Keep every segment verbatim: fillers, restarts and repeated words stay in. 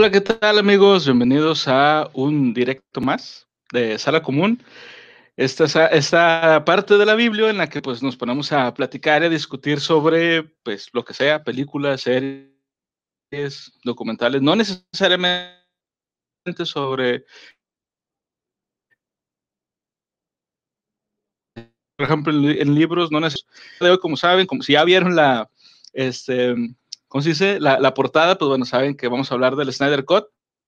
Hola, ¿qué tal amigos? Bienvenidos a un directo más de Sala Común. Esta es a- esta parte de la Biblia en la que pues nos ponemos a platicar y a discutir sobre pues lo que sea, películas, series, documentales, no necesariamente sobre, por ejemplo, en, li- en libros, no necesariamente, como saben, como si ya vieron la, este, ¿cómo se dice? La, la portada, pues bueno, saben que vamos a hablar del Snyder Cut.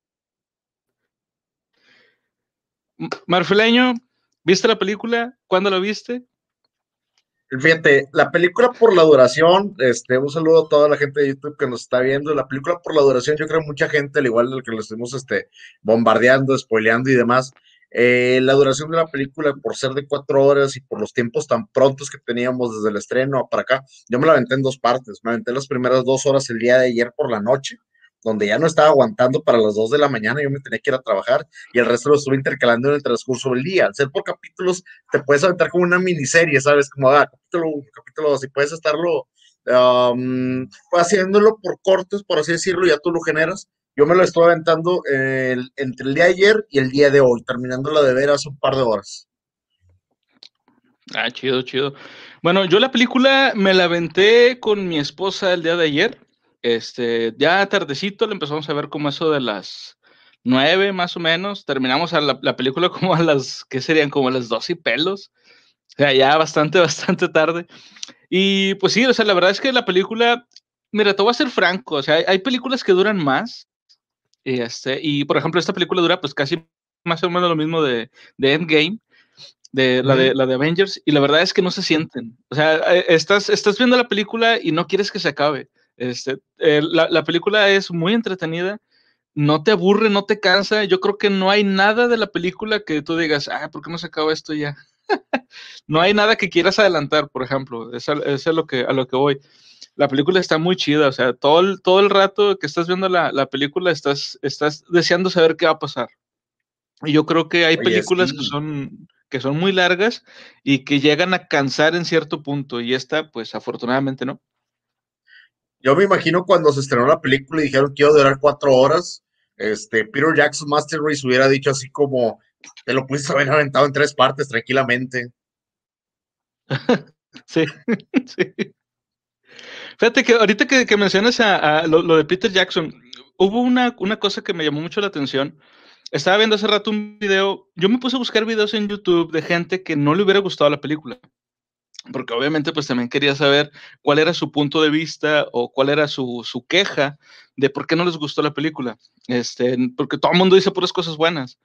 M- Marfileño, ¿viste la película? ¿Cuándo la viste? Fíjate, la película por la duración, este, un saludo a toda la gente de YouTube que nos está viendo. La película por la duración, yo creo que mucha gente, al igual del que lo estuvimos este, bombardeando, spoileando y demás, eh, la duración de la película, por ser de cuatro horas y por los tiempos tan prontos que teníamos desde el estreno para acá, yo me la aventé en dos partes. Me aventé las primeras dos horas el día de ayer por la noche, donde ya no estaba aguantando para las dos de la mañana, yo me tenía que ir a trabajar y el resto lo estuve intercalando en el transcurso del día. Al ser por capítulos, te puedes aventar como una miniserie, ¿sabes? Como, ah, capítulo uno, capítulo dos, y puedes estarlo um, haciéndolo por cortes, por así decirlo, ya tú lo generas. Yo me lo estoy aventando eh, entre el día de ayer y el día de hoy, terminándola de ver hace un par de horas. Ah, chido, chido. Bueno, yo la película me la aventé con mi esposa el día de ayer. Este, ya tardecito, la empezamos a ver como eso de las nueve más o menos. Terminamos a la, la película como a las, ¿qué serían? Como a las doce y pelos. O sea, ya bastante, bastante tarde. Y pues sí, o sea, la verdad es que la película, mira, te voy a ser franco, o sea, hay, hay películas que duran más. Y, este, y por ejemplo, esta película dura pues casi más o menos lo mismo de, de Endgame de la de Ujú. la de Avengers y la verdad es que no se sienten. O sea, eh, estás, estás viendo la película y no quieres que se acabe. Este, eh, la, la película es muy entretenida, no te aburre, no te cansa. Yo creo que no hay nada de la película que tú digas, ah, ¿por qué no se acaba esto ya? No hay nada que quieras adelantar, por ejemplo. Eso, eso es a lo que, a lo que voy. La película está muy chida, o sea, todo el, todo el rato que estás viendo la, la película estás, estás deseando saber qué va a pasar. Y yo creo que hay Oye, películas que sí. son, que son muy largas y que llegan a cansar en cierto punto, y esta, pues afortunadamente no. Yo me imagino cuando se estrenó la película y dijeron que iba a durar cuatro horas, este, Peter Jackson Master Race hubiera dicho así como, te lo pudiste haber aventado en tres partes tranquilamente. Sí, sí. Fíjate que ahorita que, que mencionas a, a lo, lo, de Peter Jackson, hubo una, una cosa que me llamó mucho la atención. Estaba viendo hace rato un video, yo me puse a buscar videos en YouTube de gente que no le hubiera gustado la película. Porque obviamente pues también quería saber cuál era su punto de vista o cuál era su, su queja de por qué no les gustó la película. Este, porque todo el mundo dice puras cosas buenas.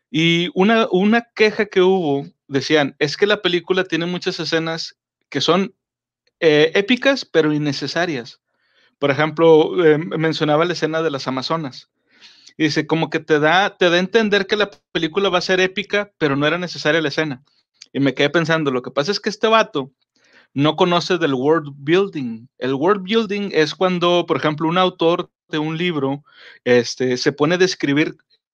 Y una, una queja que hubo, decían, es que la película tiene muchas escenas que son eh, épicas pero innecesarias. Por ejemplo, eh, mencionaba la escena de las Amazonas. Y dice, como que te da, te da a entender que la película va a ser épica, pero no era necesaria la escena. Y me quedé pensando, lo que pasa es que este vato no conoce del world building. El world building es cuando, por ejemplo, un autor de un libro este, se pone a describir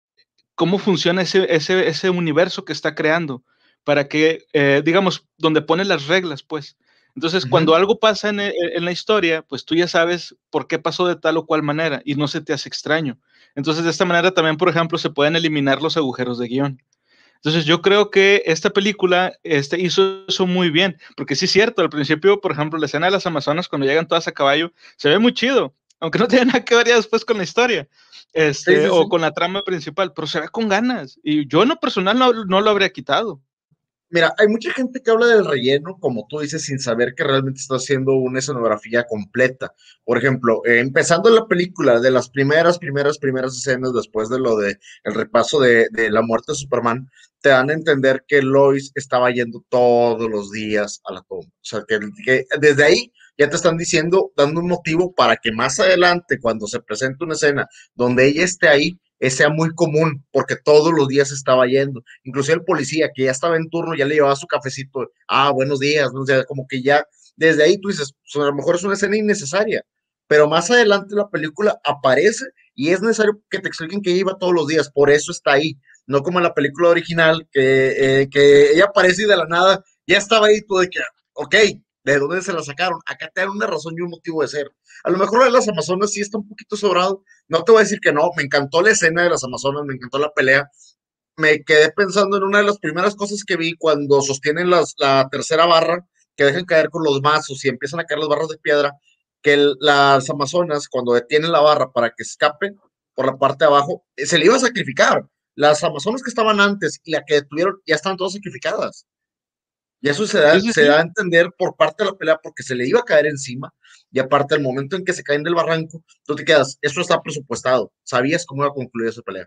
cómo funciona ese, ese, ese universo que está creando, para que, eh, digamos, donde pone las reglas, pues. Entonces, cuando Ujú. algo pasa en, en, la historia, pues tú ya sabes por qué pasó de tal o cual manera y no se te hace extraño. Entonces, de esta manera también, por ejemplo, se pueden eliminar los agujeros de guión. Entonces yo creo que esta película este, hizo eso muy bien, porque sí es cierto, al principio, por ejemplo, la escena de las Amazonas cuando llegan todas a caballo, se ve muy chido, aunque no tiene nada que ver ya después con la historia, Sí, este, sí, o sí. con la trama principal, pero se ve con ganas, y yo en lo personal no, no lo habría quitado. Mira, hay mucha gente que habla del relleno, como tú dices, sin saber que realmente está haciendo una escenografía completa. Por ejemplo, eh, empezando la película, de las primeras, primeras, primeras escenas, después de lo de el repaso de, de la muerte de Superman, te dan a entender que Lois estaba yendo todos los días a la tumba. O sea, que, que desde ahí ya te están diciendo, dando un motivo para que más adelante, cuando se presente una escena donde ella esté ahí, eh, sea muy común, porque todos los días estaba yendo. Inclusive el policía que ya estaba en turno ya le llevaba su cafecito. Ah, buenos días, ¿no? O sea, como que ya desde ahí tú dices, pues a lo mejor es una escena innecesaria, pero más adelante la película aparece y es necesario que te expliquen que ella iba todos los días, por eso está ahí, no como en la película original que, eh, que ella aparece y de la nada ya estaba ahí, tú de que, ok, ¿De dónde se la sacaron? Acá te dan una razón y un motivo de ser. A lo mejor lo de las Amazonas sí está un poquito sobrado. No te voy a decir que no. Me encantó la escena de las Amazonas, me encantó la pelea. Me quedé pensando en una de las primeras cosas que vi cuando sostienen las, la tercera barra, que dejan caer con los mazos y empiezan a caer las barras de piedra, que el, las Amazonas, cuando detienen la barra para que escape por la parte de abajo, eh, se le iba a sacrificar. Las Amazonas que estaban antes y la que detuvieron ya estaban todas sacrificadas. Y eso se Sí, da, sí, se da a sí. entender por parte de la pelea porque se le iba a caer encima. Y aparte, el momento en que se caen del barranco, tú te quedas, eso está presupuestado. Sabías cómo iba a concluir esa pelea.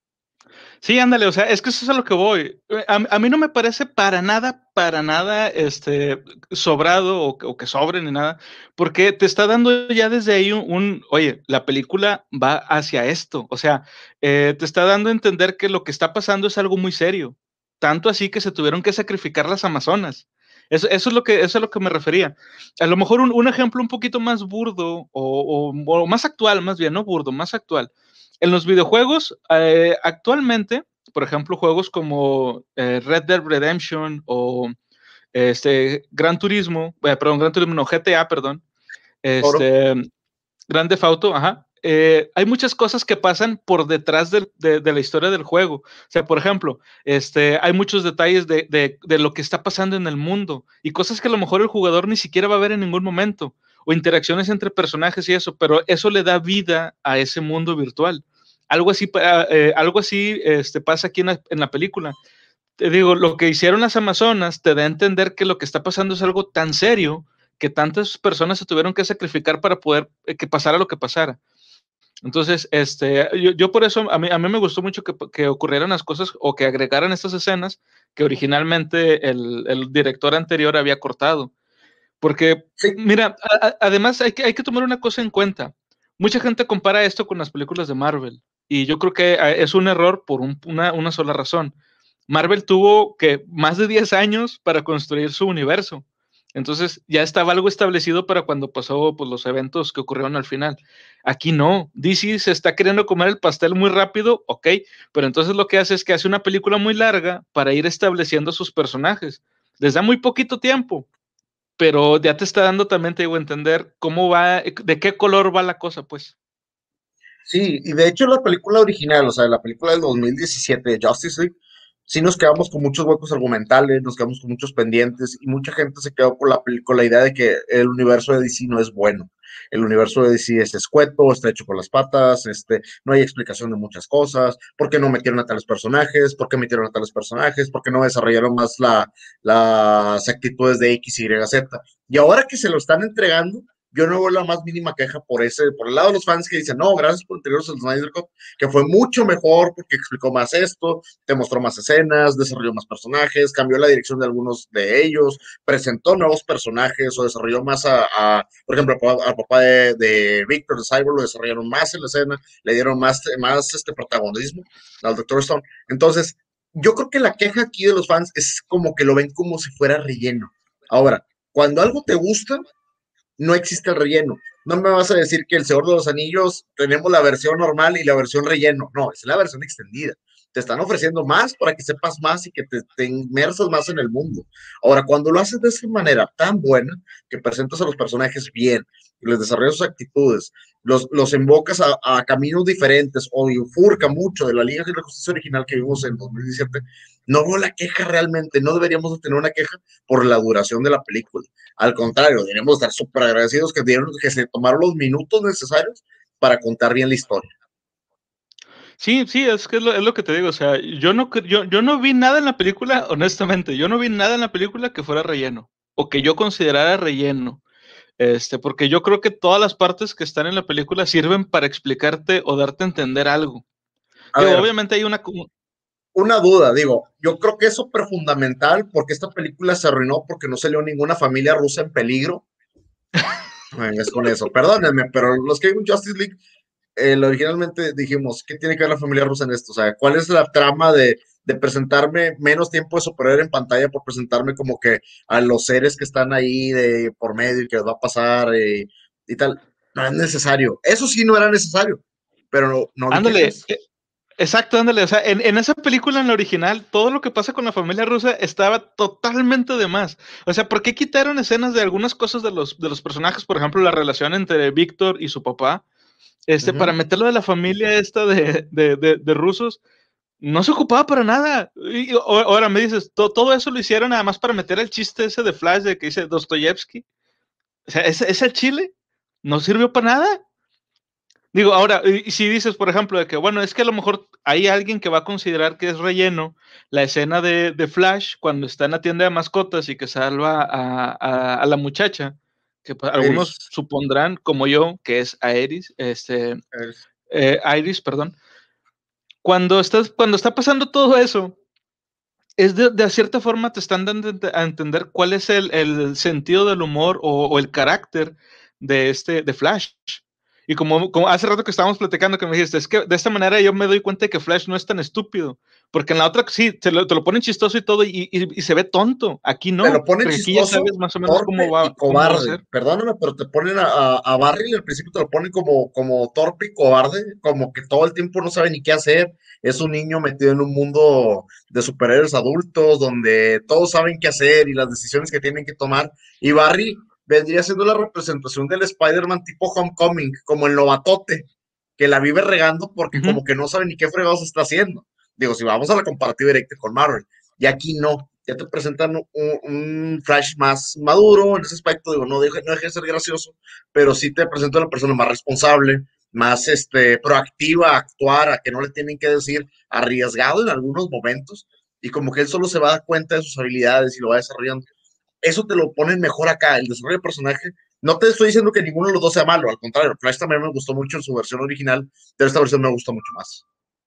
Sí, ándale, o sea, es que eso es a lo que voy. Eh, A, a mí no me parece para nada, para nada, este, sobrado o, o que sobre ni nada, porque te está dando ya desde ahí un, un, oye, la película va hacia esto, o sea, eh, te está dando a entender que lo que está pasando es algo muy serio, tanto así que se tuvieron que sacrificar las Amazonas. Eso, eso es lo que, eso es a lo que me refería. A lo mejor un, un ejemplo un poquito más burdo o, o, o más actual, más bien, no burdo, más actual en los videojuegos, eh, actualmente, por ejemplo, juegos como eh, Red Dead Redemption o este, Gran Turismo, eh, perdón, Gran Turismo, no, G T A, perdón, Oro. este, Grand Theft Auto, ajá. Eh, hay muchas cosas que pasan por detrás de, de, de, la historia del juego. O sea, por ejemplo, este, hay muchos detalles de, de, de, lo que está pasando en el mundo y cosas que a lo mejor el jugador ni siquiera va a ver en ningún momento o interacciones entre personajes y eso, pero eso le da vida a ese mundo virtual. Algo así, eh, algo así este, pasa aquí en la, en la película. Te digo, lo que hicieron las Amazonas te da a entender que lo que está pasando es algo tan serio que tantas personas se tuvieron que sacrificar para poder eh, que pasara lo que pasara. Entonces, este, yo, yo por eso, a mí, a mí me gustó mucho que, que, ocurrieran las cosas o que agregaran estas escenas que originalmente el, el director anterior había cortado. Porque, Sí, mira, a, a, además hay que, hay que tomar una cosa en cuenta. Mucha gente compara esto con las películas de Marvel y yo creo que eh, es un error por un, una, una sola razón. Marvel tuvo que más de diez años para construir su universo. Entonces ya estaba algo establecido para cuando pasó pues, los eventos que ocurrieron al final. Aquí no. D C se está queriendo comer el pastel muy rápido, ok, pero entonces lo que hace es que hace una película muy larga para ir estableciendo sus personajes. Les da muy poquito tiempo, pero ya te está dando también, te digo, a entender cómo va, de qué color va la cosa, pues. sí, y de hecho la película original, o sea, la película del dos mil diecisiete de Justice League, sí nos quedamos con muchos huecos argumentales, nos quedamos con muchos pendientes y mucha gente se quedó con la, con la idea de que el universo de D C no es bueno. El universo de D C es escueto, está hecho con las patas, este, no hay explicación de muchas cosas, por qué no metieron a tales personajes, por qué metieron a tales personajes, por qué no desarrollaron más la, las actitudes de X, Y, Z. Y ahora que se lo están entregando, yo no veo la más mínima queja por ese, por el lado de los fans que dicen, no, gracias por entregarnos el Snyder Cut, que fue mucho mejor porque explicó más esto, te mostró más escenas, desarrolló más personajes, cambió la dirección de algunos de ellos, presentó nuevos personajes o desarrolló más a, a por ejemplo, al papá de, de Victor, de Cyborg, lo desarrollaron más en la escena, le dieron más, más este protagonismo al Doctor Stone. Entonces, yo creo que la queja aquí de los fans es como que lo ven como si fuera relleno. Ahora, cuando algo te gusta, no existe el relleno. No me vas a decir que el Señor de los Anillos tenemos la versión normal y la versión relleno. No, es la versión extendida. Te están ofreciendo más para que sepas más y que te, te inmersas más en el mundo. Ahora, cuando lo haces de esa manera tan buena, que presentas a los personajes bien, les desarrollas sus actitudes, los, los invocas a, a caminos diferentes o bifurca mucho de la Liga de la Justicia original que vimos en dos mil diecisiete, no veo la queja realmente, no deberíamos de tener una queja por la duración de la película. Al contrario, deberíamos estar súper agradecidos que, dieron, que se tomaron los minutos necesarios para contar bien la historia. Sí, sí, es que es lo, es lo que te digo, o sea, yo no, yo, yo no vi nada en la película, honestamente, yo no vi nada en la película que fuera relleno, o que yo considerara relleno, este, porque yo creo que todas las partes que están en la película sirven para explicarte o darte a entender algo. A Digo, ver, obviamente hay una... una duda, digo, yo creo que es súper fundamental porque esta película se arruinó porque no salió ninguna familia rusa en peligro. Es con eso, perdónenme, pero los que vimos Justice League, eh, originalmente dijimos, ¿qué tiene que ver la familia rusa en esto? O sea, ¿cuál es la trama de, de presentarme menos tiempo de superhéroe en pantalla por presentarme como que a los seres que están ahí de por medio y que les va a pasar eh, y tal? No es necesario. Eso sí no era necesario, pero no, no vi Ándale, quejas. Exacto, ándale, o sea, en, en esa película, en la original, todo lo que pasa con la familia rusa estaba totalmente de más. O sea, ¿por qué quitaron escenas de algunas cosas de los, de los personajes? Por ejemplo, la relación entre Víctor y su papá, este, para Ujú. meterlo de la familia esta de, de, de, de rusos, no se ocupaba para nada. Y, y ahora me dices, to, todo eso lo hicieron nada más para meter el chiste ese de Flash de que dice Dostoyevsky. O sea, ese, ese chile no sirvió para nada. Digo, ahora, y si dices, por ejemplo, de que, bueno, es que a lo mejor hay alguien que va a considerar que es relleno la escena de, de Flash cuando está en la tienda de mascotas y que salva a, a, a la muchacha, que pues, algunos Iris, supondrán, como yo, que es Iris, este, Iris. eh, Iris, perdón. Cuando, estás, cuando está pasando todo eso, es de, de cierta forma te están dando a entender cuál es el, el sentido del humor o, o, el carácter de este de Flash. Y como, como hace rato que estábamos platicando que me dijiste, es que de esta manera yo me doy cuenta de que Flash no es tan estúpido, porque en la otra sí, te lo, te lo ponen chistoso y todo y, y, y se ve tonto, aquí Te lo no, ponen porque aquí ya chistoso, sabes más o menos cómo torpe y va, cómo va a cobarde. ser. Perdóname, pero te ponen a, a, a Barry al principio te lo ponen como, como torpe y cobarde, como que todo el tiempo no sabe ni qué hacer. Es un niño metido en un mundo de superhéroes adultos donde todos saben qué hacer y las decisiones que tienen que tomar. Y Barry vendría siendo la representación del Spider-Man tipo Homecoming, como el novatote, que la vive regando porque Uh -huh. como que no sabe ni qué fregados está haciendo. Digo, si vamos a la comparativa directa con Marvel. Y aquí no, ya te presentan un, un, Flash más maduro en ese aspecto, digo, no deje, no deje de ser gracioso, pero sí te presenta una persona más responsable, más este, proactiva a actuar, a que no le tienen que decir, arriesgado en algunos momentos, y como que él solo se va a dar cuenta de sus habilidades y lo va desarrollando. Eso te lo ponen mejor acá, el desarrollo de personaje. No te estoy diciendo que ninguno de los dos sea malo, al contrario, Flash también me gustó mucho en su versión original, pero esta versión me gusta mucho más.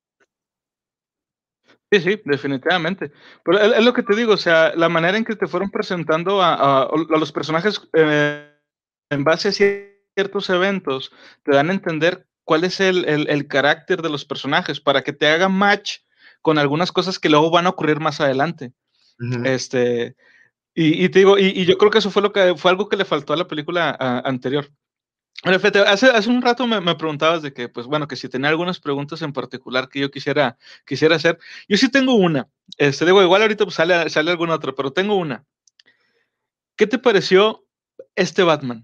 Sí, sí, definitivamente. Pero es, es, lo que te digo, o sea, la manera en que te fueron presentando a, a, a los personajes eh, en base a ciertos eventos, te dan a entender cuál es el, el, el, carácter de los personajes para que te hagan match con algunas cosas que luego van a ocurrir más adelante. Uh -huh. Este, y, y te digo, y, y, yo creo que eso fue lo que fue algo que le faltó a la película a, anterior. Hace, hace un rato me, me, preguntabas de que, pues bueno, que si tenía algunas preguntas en particular que yo quisiera, quisiera hacer. Yo sí tengo una. Este, digo, igual ahorita pues sale, sale alguna otra, pero tengo una. ¿Qué te pareció este Batman?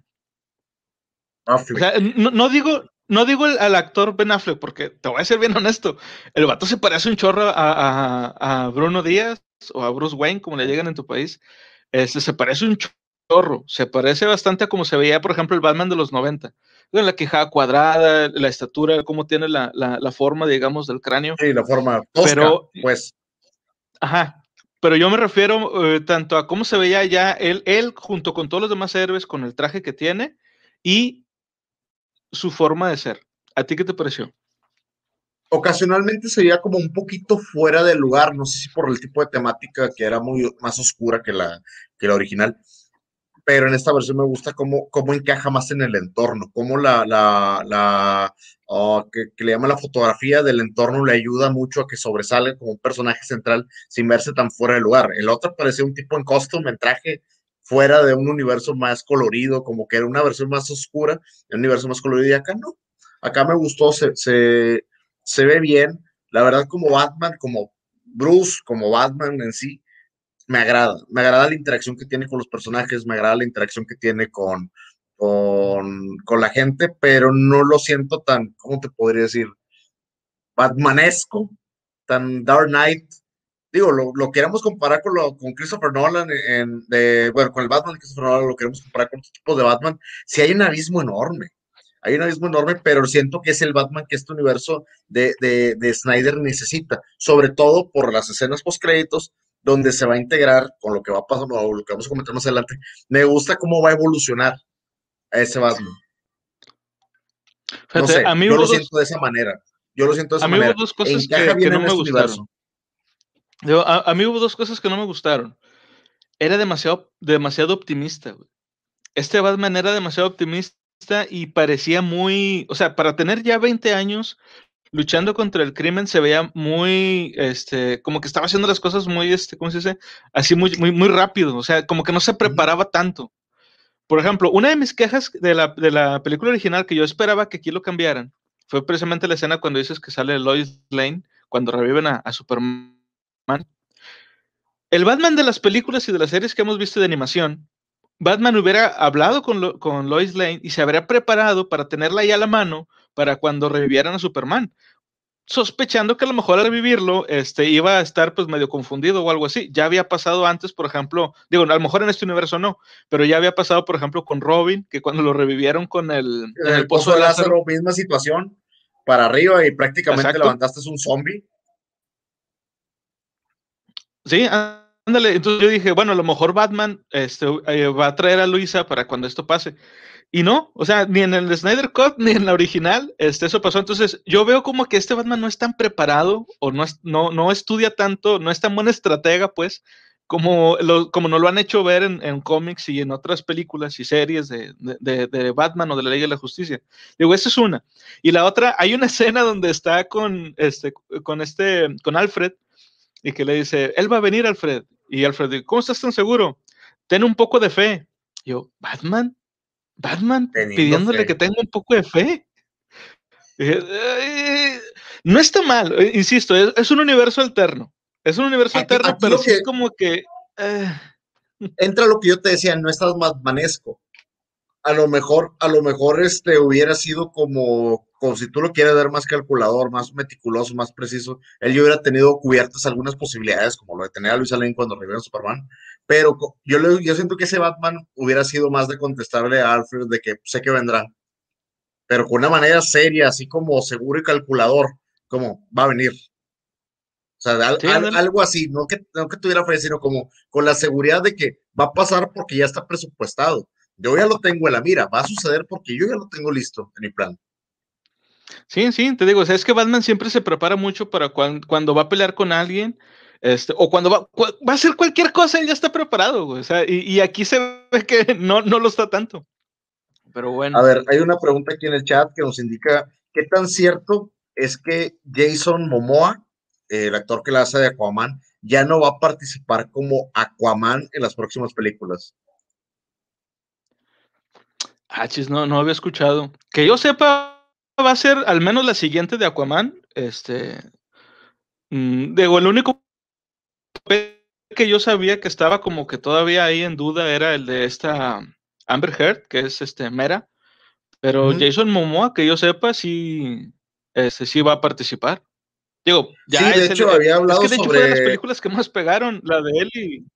O Affleck. sea, no, no digo, no digo el, al actor Ben Affleck, porque te voy a ser bien honesto. El vato se parece un chorro a, a, a Bruno Díaz o a Bruce Wayne, como le llegan en tu país. Este, se parece un chorro, se parece bastante a como se veía, por ejemplo, el Batman de los noventa. La quijada cuadrada, la estatura, cómo tiene la, la, la forma, digamos, del cráneo. Sí, la forma tosca, Pero, pues. ajá, pero yo me refiero eh, tanto a cómo se veía ya él, él junto con todos los demás héroes, con el traje que tiene y su forma de ser. ¿A ti qué te pareció? Ocasionalmente se veía como un poquito fuera de lugar, no sé si por el tipo de temática que era muy más oscura que la, que la original, pero en esta versión me gusta cómo, cómo encaja más en el entorno, cómo la, la, la oh, que, que le llama la fotografía del entorno le ayuda mucho a que sobresale como un personaje central sin verse tan fuera de lugar. El otro parecía un tipo en costume, en traje, fuera de un universo más colorido, como que era una versión más oscura, un universo más colorido, y acá no. Acá me gustó, se, se, se ve bien. La verdad, como Batman, como Bruce, como Batman en sí, me agrada. Me agrada la interacción que tiene con los personajes, me agrada la interacción que tiene con, con, con la gente, pero no lo siento tan, ¿cómo te podría decir? Batmanesco, tan Dark Knight. Digo, lo, lo queremos comparar con, lo, con Christopher Nolan, en, de, bueno, con el Batman de Christopher Nolan, lo queremos comparar con otros tipos de Batman. Sí hay un abismo enorme, hay un abismo enorme, pero siento que es el Batman que este universo de, de, de Snyder necesita, sobre todo por las escenas post-créditos, donde se va a integrar con lo que va a pasar, o lo que vamos a comentar más adelante. Me gusta cómo va a evolucionar a ese Batman. No Fíjate, sé, a mí yo lo hubo dos, siento de esa manera. Yo lo siento de a esa mí hubo manera. dos E cosas encaja que, que bien no en me este gustaron. universo. Digo, a, a, mí hubo dos cosas que no me gustaron. Era demasiado, demasiado optimista, güey. Este Batman era demasiado optimista y parecía muy, o sea, para tener ya veinte años luchando contra el crimen se veía muy, este, como que estaba haciendo las cosas muy, este, ¿cómo se dice? Así muy, muy, muy rápido, o sea, como que no se Uh -huh. preparaba tanto. Por ejemplo, una de mis quejas de la, de la película original que yo esperaba que aquí lo cambiaran fue precisamente la escena cuando dices que sale Lois Lane cuando reviven a, a Superman. El Batman de las películas y de las series que hemos visto de animación, Batman hubiera hablado con, Lo, con Lois Lane y se habría preparado para tenerla ahí a la mano para cuando revivieran a Superman, sospechando que a lo mejor al revivirlo este, iba a estar pues medio confundido o algo así. Ya había pasado antes, por ejemplo, digo, a lo mejor en este universo no, pero ya había pasado, por ejemplo, con Robin, que cuando lo revivieron con el, En en el el pozo pozo de de Lázaro. Lázaro, misma situación, para arriba y prácticamente Exacto. levantaste un zombie. Sí, ándale. Entonces yo dije, bueno, a lo mejor Batman este, eh, va a traer a Luisa para cuando esto pase. Y no, o sea, ni en el Snyder Cut ni en la original, este, eso pasó. Entonces, yo veo como que este Batman no es tan preparado o no, es, no, no estudia tanto, no es tan buena estratega, pues, como, lo, como nos lo han hecho ver en, en cómics y en otras películas y series de, de, de, Batman o de la Liga de la Justicia. Digo, esa es una. Y la otra, hay una escena donde está con este, con este, con Alfred, y que le dice, él va a venir, Alfred. Y Alfred dice, ¿cómo estás tan seguro? Ten un poco de fe. Y yo, ¿Batman? Batman Teniendo pidiéndole que fe. tenga un poco de fe. Eh, no está mal, eh, insisto, es, es, un universo alterno. Es un universo Aquí, alterno, aquí pero lo sí que como que... Eh. entra lo que yo te decía, no estás batmanesco. A lo mejor, a lo mejor este hubiera sido como, como si tú lo quieres dar más calculador, más meticuloso, más preciso. Él ya hubiera tenido cubiertas algunas posibilidades, como lo de tener a Luis Lane cuando revivió a Superman. Pero yo, le, yo siento que ese Batman hubiera sido más de contestarle a Alfred de que sé que vendrá, pero con una manera seria, así como seguro y calculador, como va a venir. O sea, al, Sí, al, ándale. algo así, no que, no que tuviera fe, sino como con la seguridad de que va a pasar porque ya está presupuestado. Yo ya lo tengo en la mira, va a suceder porque yo ya lo tengo listo en mi plan. Sí, sí, te digo, o sea, es que Batman siempre se prepara mucho para cuan, cuando va a pelear con alguien, este, o cuando va, va a hacer cualquier cosa, él ya está preparado, güey, o sea, y, y aquí se ve que no, no lo está tanto. Pero A bueno. ver, hay una pregunta aquí en el chat que nos indica qué tan cierto es que Jason Momoa, eh, el actor que la hace de Aquaman, ya no va a participar como Aquaman en las próximas películas. Ah, chis, no, no había escuchado. Que yo sepa, va a ser al menos la siguiente de Aquaman. Este, mm, digo, el único papel que yo sabía que estaba como que todavía ahí en duda era el de esta Amber Heard, que es este Mera. Pero Ujú. Jason Momoa, que yo sepa, sí, este, sí va a participar. Digo, Sí, ya de es el, hecho eh, había es hablado que de hecho fue de las sobre, películas que más pegaron, la de él y.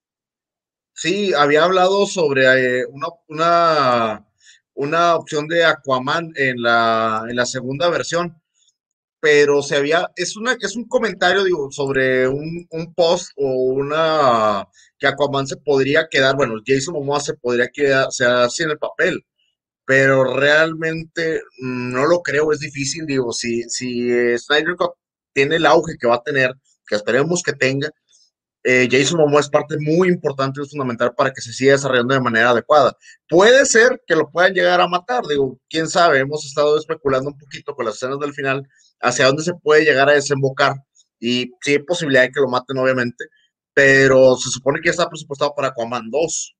sí, había hablado sobre eh, una, una, una opción de Aquaman en la, en la segunda versión, pero se había, es una, es un comentario, digo, sobre un, un post o una que Aquaman se podría quedar, bueno, Jason Momoa se podría quedar, se así en el papel, pero realmente mm, no lo creo, es difícil, digo, si, si eh, Snyder Cut tiene el auge que va a tener, que esperemos que tenga, eh, Jason Momoa es parte muy importante y fundamental para que se siga desarrollando de manera adecuada. Puede ser que lo puedan llegar a matar, digo, quién sabe, hemos estado especulando un poquito con las escenas del final hacia dónde se puede llegar a desembocar y sí hay posibilidad de que lo maten obviamente, pero se supone que ya está presupuestado para Aquaman dos.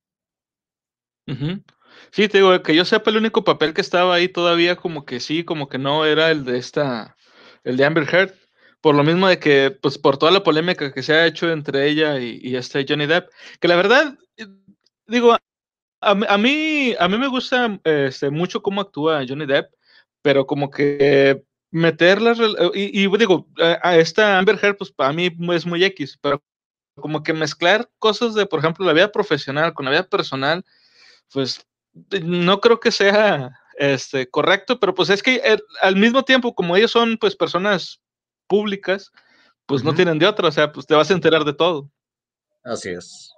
Ujú. Sí, te digo, que yo sepa, el único papel que estaba ahí todavía como que sí, como que no, era el de esta, el de Amber Heard, por lo mismo de que, pues por toda la polémica que se ha hecho entre ella y, y este Johnny Depp, que la verdad, eh, digo, a, mí, a mí a mí me gusta este, mucho cómo actúa Johnny Depp, pero como que meter las, rel- y, y digo, a, a esta Amber Heard, pues para mí es muy X, pero como que mezclar cosas de, por ejemplo, la vida profesional con la vida personal, pues no creo que sea este, correcto, pero pues es que eh, al mismo tiempo, como ellos son pues personas públicas, pues no Ujú. tienen de otra, o sea, pues te vas a enterar de todo. Así es.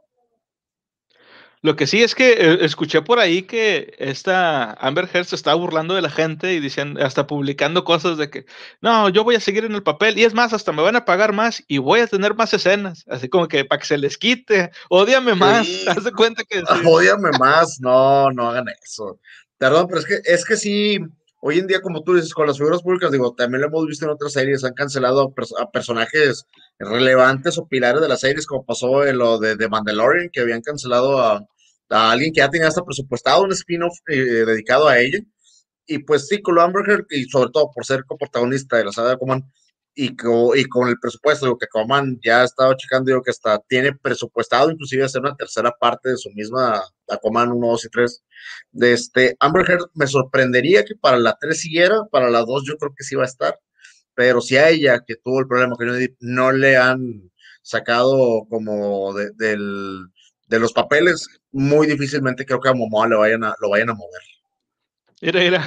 Lo que sí es que eh, escuché por ahí que esta Amber Heard se está burlando de la gente y diciendo, hasta publicando cosas de que, no, yo voy a seguir en el papel y es más, hasta me van a pagar más y voy a tener más escenas, así como que para que se les quite, ódiame más, Sí, haz de cuenta que sí. ódiame más, no, no hagan eso. Perdón, pero es que, es que sí, hoy en día, como tú dices, con las figuras públicas, digo, también lo hemos visto en otras series, han cancelado a, pers- a personajes relevantes o pilares de las series, como pasó en lo de, de Mandalorian, que habían cancelado a, a alguien que ya tenía hasta presupuestado un spin-off eh, dedicado a ella. Y pues sí, con lo Amber Heard, y sobre todo por ser coprotagonista de la saga de Aquaman, y, co, y con el presupuesto, digo, que Aquaman ya estaba checando, digo, que hasta tiene presupuestado inclusive hacer una tercera parte de su misma Aquaman uno, dos y tres. De este, Amber Heard me sorprendería que para la tres siguiera, para la dos yo creo que sí va a estar, pero si a ella, que tuvo el problema que no, no le han sacado como de, del, de los papeles, muy difícilmente creo que a Momoa le vayan a, lo vayan a mover. Mira, mira.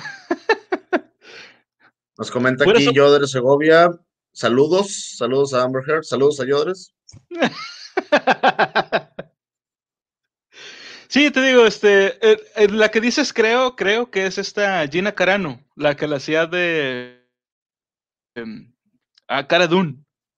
Nos comenta Por eso. aquí Yodres Segovia, saludos, saludos a Amber Heard, saludos a Yodres. Sí, te digo, este, eh, eh, la que dices creo, creo que es esta Gina Carano, la que la hacía de eh, a Cara Dune,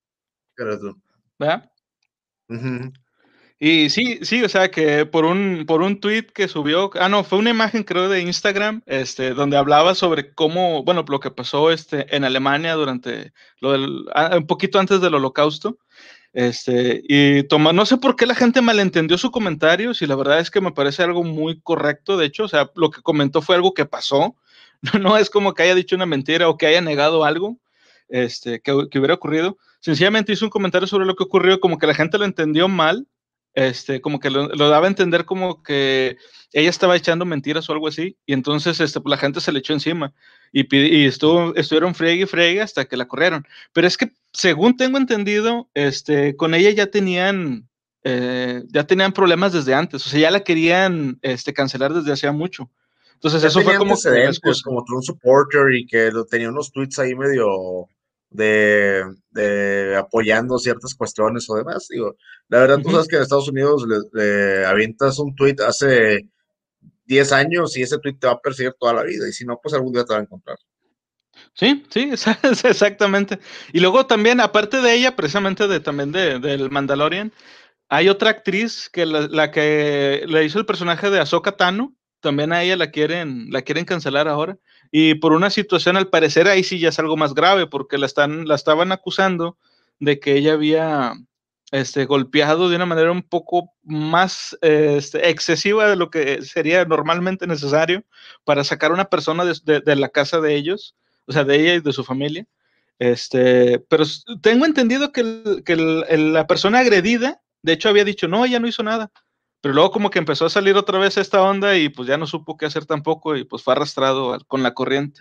¿verdad? Uh-huh. Y sí, sí, o sea, que por un, por un tweet que subió, ah, no, fue una imagen creo de Instagram, este, donde hablaba sobre cómo, bueno, lo que pasó este, en Alemania durante, lo del, ah, un poquito antes del Holocausto, este, y toma, no sé por qué la gente malentendió su comentario, si la verdad es que me parece algo muy correcto, de hecho, o sea, lo que comentó fue algo que pasó, no, no es como que haya dicho una mentira o que haya negado algo, este, que, que hubiera ocurrido, sencillamente hizo un comentario sobre lo que ocurrió, como que la gente lo entendió mal, este, como que lo, lo, daba a entender como que ella estaba echando mentiras o algo así, y entonces este, pues, la gente se le echó encima, y, y estuvo, estuvieron friegue y friegue hasta que la corrieron. Pero es que, según tengo entendido, este, con ella ya tenían, eh, ya tenían problemas desde antes, o sea, ya la querían este, cancelar desde hacía mucho. Entonces Ya eso fue tenía como que la antecedentes excusa. como True Supporter y que tenía unos tweets ahí medio de, de apoyando ciertas cuestiones o demás. Digo, la verdad, Uh tú -huh. sabes que en Estados Unidos le, le avientas un tweet hace diez años y ese tweet te va a perseguir toda la vida. Y si no, pues algún día te va a encontrar. Sí, sí, exactamente. Y luego también, aparte de ella, precisamente de también de, del Mandalorian, hay otra actriz que la, la que le hizo el personaje de Ahsoka Tano, también a ella la quieren, la quieren cancelar ahora. Y por una situación, al parecer, ahí sí ya es algo más grave, porque la, están, la estaban acusando de que ella había este, golpeado de una manera un poco más este, excesiva de lo que sería normalmente necesario para sacar a una persona de, de, de la casa de ellos, o sea, de ella y de su familia. Este, pero tengo entendido que, el, que el, el, la persona agredida, de hecho, había dicho, no, ella no hizo nada. Pero luego como que empezó a salir otra vez esta onda y pues ya no supo qué hacer tampoco y pues fue arrastrado con la corriente.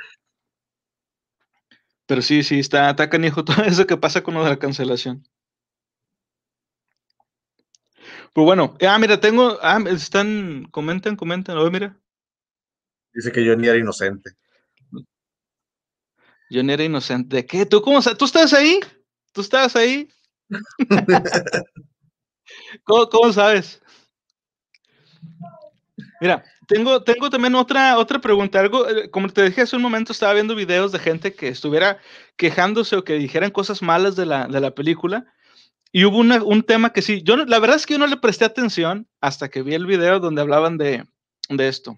Pero sí, sí, está, está canijo todo eso que pasa con lo de la cancelación. Pues bueno, ah, mira, tengo, ah, están, comentan, comentan, oye, mira. Dice que yo ni era inocente. Yo no era inocente. ¿De qué? ¿Tú cómo sabes? ¿Tú estás ahí? ¿Tú estás ahí? ¿Cómo, ¿Cómo sabes? Mira, tengo, tengo también otra, otra pregunta. Algo, como te dije hace un momento, estaba viendo videos de gente que estuviera quejándose o que dijeran cosas malas de la, de la película. Y hubo una, un tema que sí, yo la verdad es que yo no le presté atención hasta que vi el video donde hablaban de, de esto.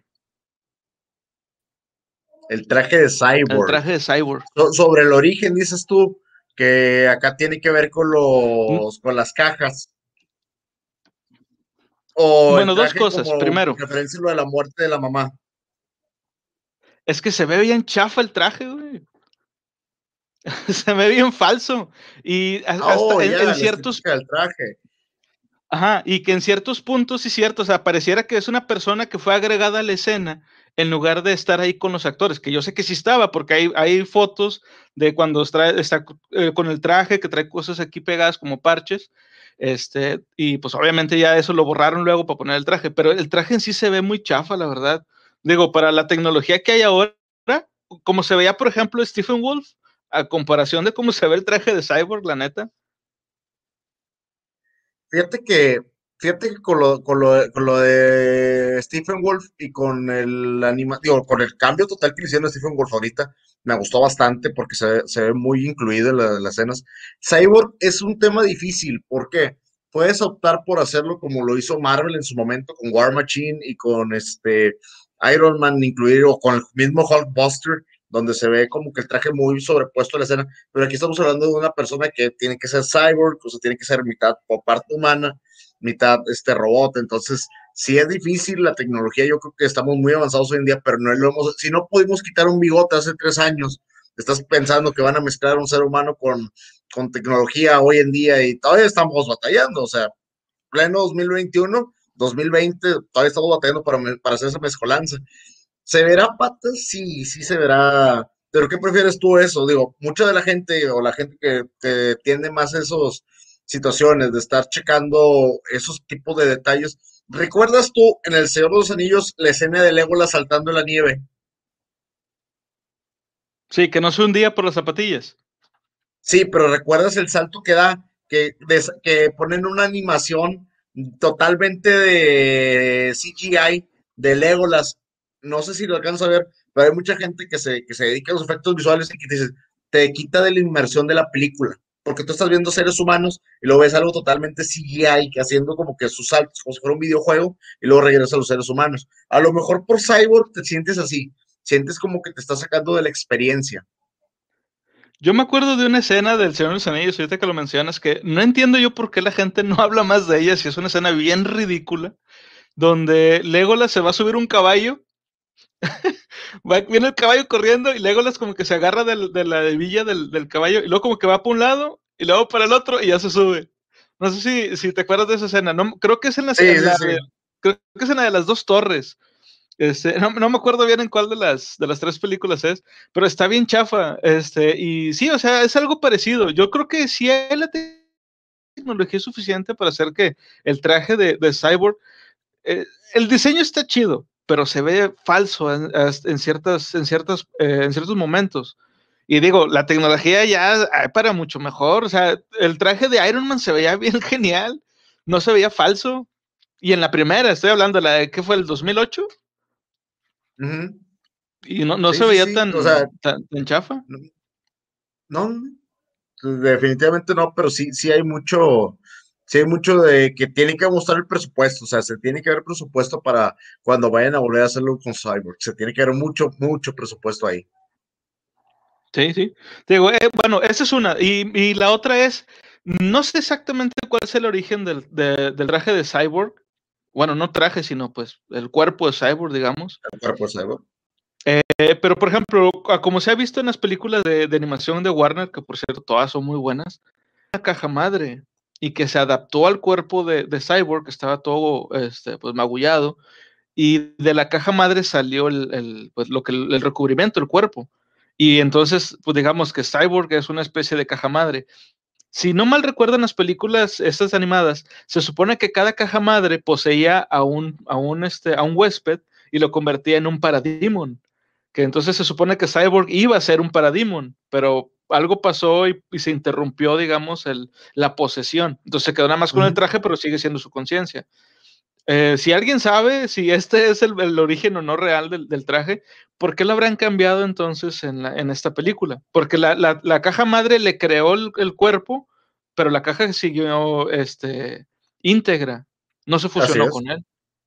El traje de El Cyborg. traje de Cyborg. So, sobre el origen, dices tú, que acá tiene que ver con los, con las cajas. O el Bueno, dos traje cosas. como Primero, referencia a lo de la muerte de la mamá. es que se ve bien chafa el traje, güey. Se ve bien falso. Y Oh, hasta en, ya, en la ciertos. estética del traje. Ajá, y que en ciertos puntos sí es cierto, o sea, pareciera que es una persona que fue agregada a la escena en lugar de estar ahí con los actores, que yo sé que sí estaba, porque hay, hay fotos de cuando está, está eh, con el traje, que trae cosas aquí pegadas como parches, este, y pues obviamente ya eso lo borraron luego para poner el traje, pero el traje en sí se ve muy chafa, la verdad. Digo, para la tecnología que hay ahora, como se veía, por ejemplo, Stephen Wolf, a comparación de cómo se ve el traje de Cyborg, la neta. Fíjate que, fíjate que con lo, con lo, con lo de Stephen Wolf y con el anima, digo, con el cambio total que le hicieron a Stephen Wolf ahorita, me gustó bastante porque se, ve- se ve muy incluido en, la- en las escenas. Cyborg es un tema difícil, ¿por qué? Puedes optar por hacerlo como lo hizo Marvel en su momento con War Machine y con este Iron Man incluido, o con el mismo Hulkbuster, donde se ve como que el traje muy sobrepuesto a la escena, pero aquí estamos hablando de una persona que tiene que ser cyborg, o sea, tiene que ser mitad o parte humana, mitad este robot, entonces sí es difícil la tecnología, yo creo que estamos muy avanzados hoy en día, pero no lo hemos, si no pudimos quitar un bigote hace tres años, estás pensando que van a mezclar un ser humano con, con tecnología hoy en día y todavía estamos batallando, o sea, pleno dos mil veintiuno, dos mil veinte, todavía estamos batallando para, para hacer esa mezcolanza. ¿Se verá patas? Sí, sí se verá. Pero ¿qué prefieres tú eso? Digo, mucha de la gente o la gente que, que tiene más esos situaciones de estar checando esos tipos de detalles. ¿Recuerdas tú en El Señor de los Anillos la escena de Legolas saltando en la nieve? Sí, que no se hundía por las zapatillas. Sí, pero ¿recuerdas el salto que da? Que, des- que ponen una animación totalmente de C G I de Legolas. No sé si lo alcanzas a ver, pero hay mucha gente que se, que se dedica a los efectos visuales y que te dice, te quita de la inmersión de la película, porque tú estás viendo seres humanos y luego ves algo totalmente C G I, que haciendo como que sus saltos, como si fuera un videojuego, y luego regresa a los seres humanos. A lo mejor por Cyborg te sientes así, sientes como que te está sacando de la experiencia. Yo me acuerdo de una escena del Señor de los Anillos, ahorita que lo mencionas, que no entiendo yo por qué la gente no habla más de ella, si es una escena bien ridícula, donde Legolas se va a subir un caballo, va, viene el caballo corriendo y Legolas como que se agarra del- de la hebilla del, del caballo y luego como que va para un lado y luego para el otro y ya se sube. No sé si, si te acuerdas de esa escena, no, creo que es en la, Sí, en sí, la sí. de, creo que es en la de las dos torres. Este, no, no me acuerdo bien en cuál de las, de las tres películas es, pero está bien chafa. Este, y sí, o sea, es algo parecido. Yo creo que sí hay la tecnología suficiente para hacer que el traje de, de Cyborg, eh, el diseño está chido, pero se ve falso en, en ciertas, en, ciertas, eh, en ciertos momentos. Y digo, la tecnología ya hay para mucho mejor. O sea, el traje de Iron Man se veía bien genial, no se veía falso. Y en la primera, estoy hablando de la de que fue el dos mil ocho, Ujú. y no, no Sí, se sí, veía sí. O sea, tan, tan, tan chafa. no, no, definitivamente no, pero sí, sí hay mucho, sí hay mucho de que tiene que mostrar el presupuesto, o sea, se tiene que ver presupuesto para cuando vayan a volver a hacerlo con Cyborg, se tiene que ver mucho, mucho presupuesto ahí. Sí, sí. Te digo, eh, bueno, esa es una. Y, y la otra es, no sé exactamente cuál es el origen del, de- del traje de Cyborg. Bueno, no traje, sino pues el cuerpo de Cyborg, digamos. El cuerpo de Cyborg. Eh, pero, por ejemplo, a como se ha visto en las películas de, de animación de Warner, que por cierto todas son muy buenas, una caja madre y que se adaptó al cuerpo de, de Cyborg, que estaba todo este, pues, magullado, y de la caja madre salió el, el, pues, lo que, el recubrimiento, el cuerpo. Y entonces, pues digamos que Cyborg es una especie de caja madre. Si no mal recuerdan las películas estas animadas, se supone que cada caja madre poseía a un, a un, este, a un huésped y lo convertía en un parademon. Que entonces se supone que Cyborg iba a ser un parademon, pero algo pasó y, y se interrumpió, digamos, el, la posesión. Entonces se quedó nada más con el Ujú. traje, pero sigue siendo su conciencia. Eh, si alguien sabe si este es el, el origen o no real del, del, traje, ¿por qué lo habrán cambiado entonces en, la, en esta película? Porque la, la, la, caja madre le creó el, el, cuerpo, pero la caja siguió este, íntegra, no se Así fusionó es. con él.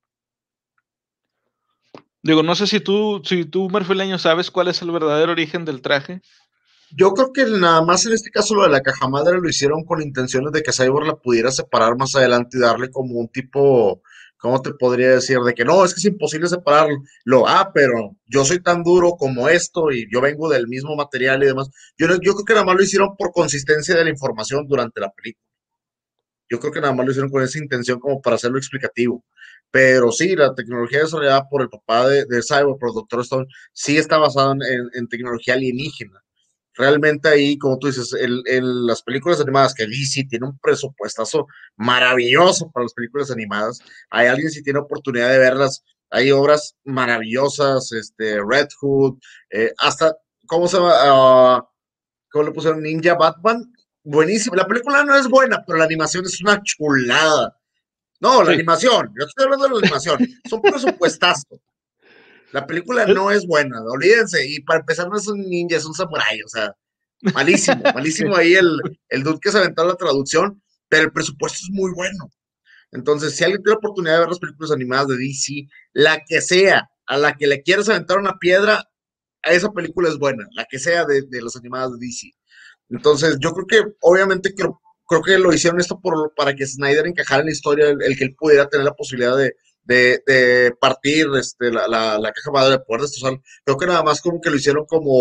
Digo, no sé si tú, si tú, marfileño, sabes cuál es el verdadero origen del traje. Yo creo que nada más en este caso lo de la caja madre lo hicieron con intenciones de que Cyborg la pudiera separar más adelante y darle como un tipo, ¿cómo te podría decir? De que no, es que es imposible separarlo. Lo, ah, pero yo soy tan duro como esto y yo vengo del mismo material y demás. Yo, no- yo creo que nada más lo hicieron por consistencia de la información durante la película. Yo creo que nada más lo hicieron con esa intención como para hacerlo explicativo. Pero sí, la tecnología desarrollada por el papá de, de Cyborg, por el doctor Stone, sí está basada en, en- en tecnología alienígena. Realmente ahí, como tú dices, el, el- las películas animadas, que D C tiene un presupuestazo maravilloso para las películas animadas. Hay alguien si tiene oportunidad de verlas, hay obras maravillosas, este, Red Hood, eh, hasta, ¿cómo se llama? Ah, ¿cómo le pusieron? Ninja Batman. Buenísimo. La película no es buena, pero la animación es una chulada. No, la Sí. animación. Yo estoy hablando de la animación. Son presupuestazo. La película no es buena, olvídense. Y para empezar, no es un ninja, es un samurái. O sea, malísimo, Sí. malísimo ahí el, el dude que se aventó la traducción, pero el presupuesto es muy bueno. Entonces, si alguien tiene la oportunidad de ver las películas animadas de D C, la que sea, a la que le quieras aventar una piedra, a esa película es buena, la que sea de, de las animadas de D C. Entonces, yo creo que, obviamente, creo, creo que lo hicieron esto por, para que Snyder encajara en la historia, el, el que él pudiera tener la posibilidad de, de, de partir este, la, la, la caja madre de poder destrozar. Creo que nada más como que lo hicieron como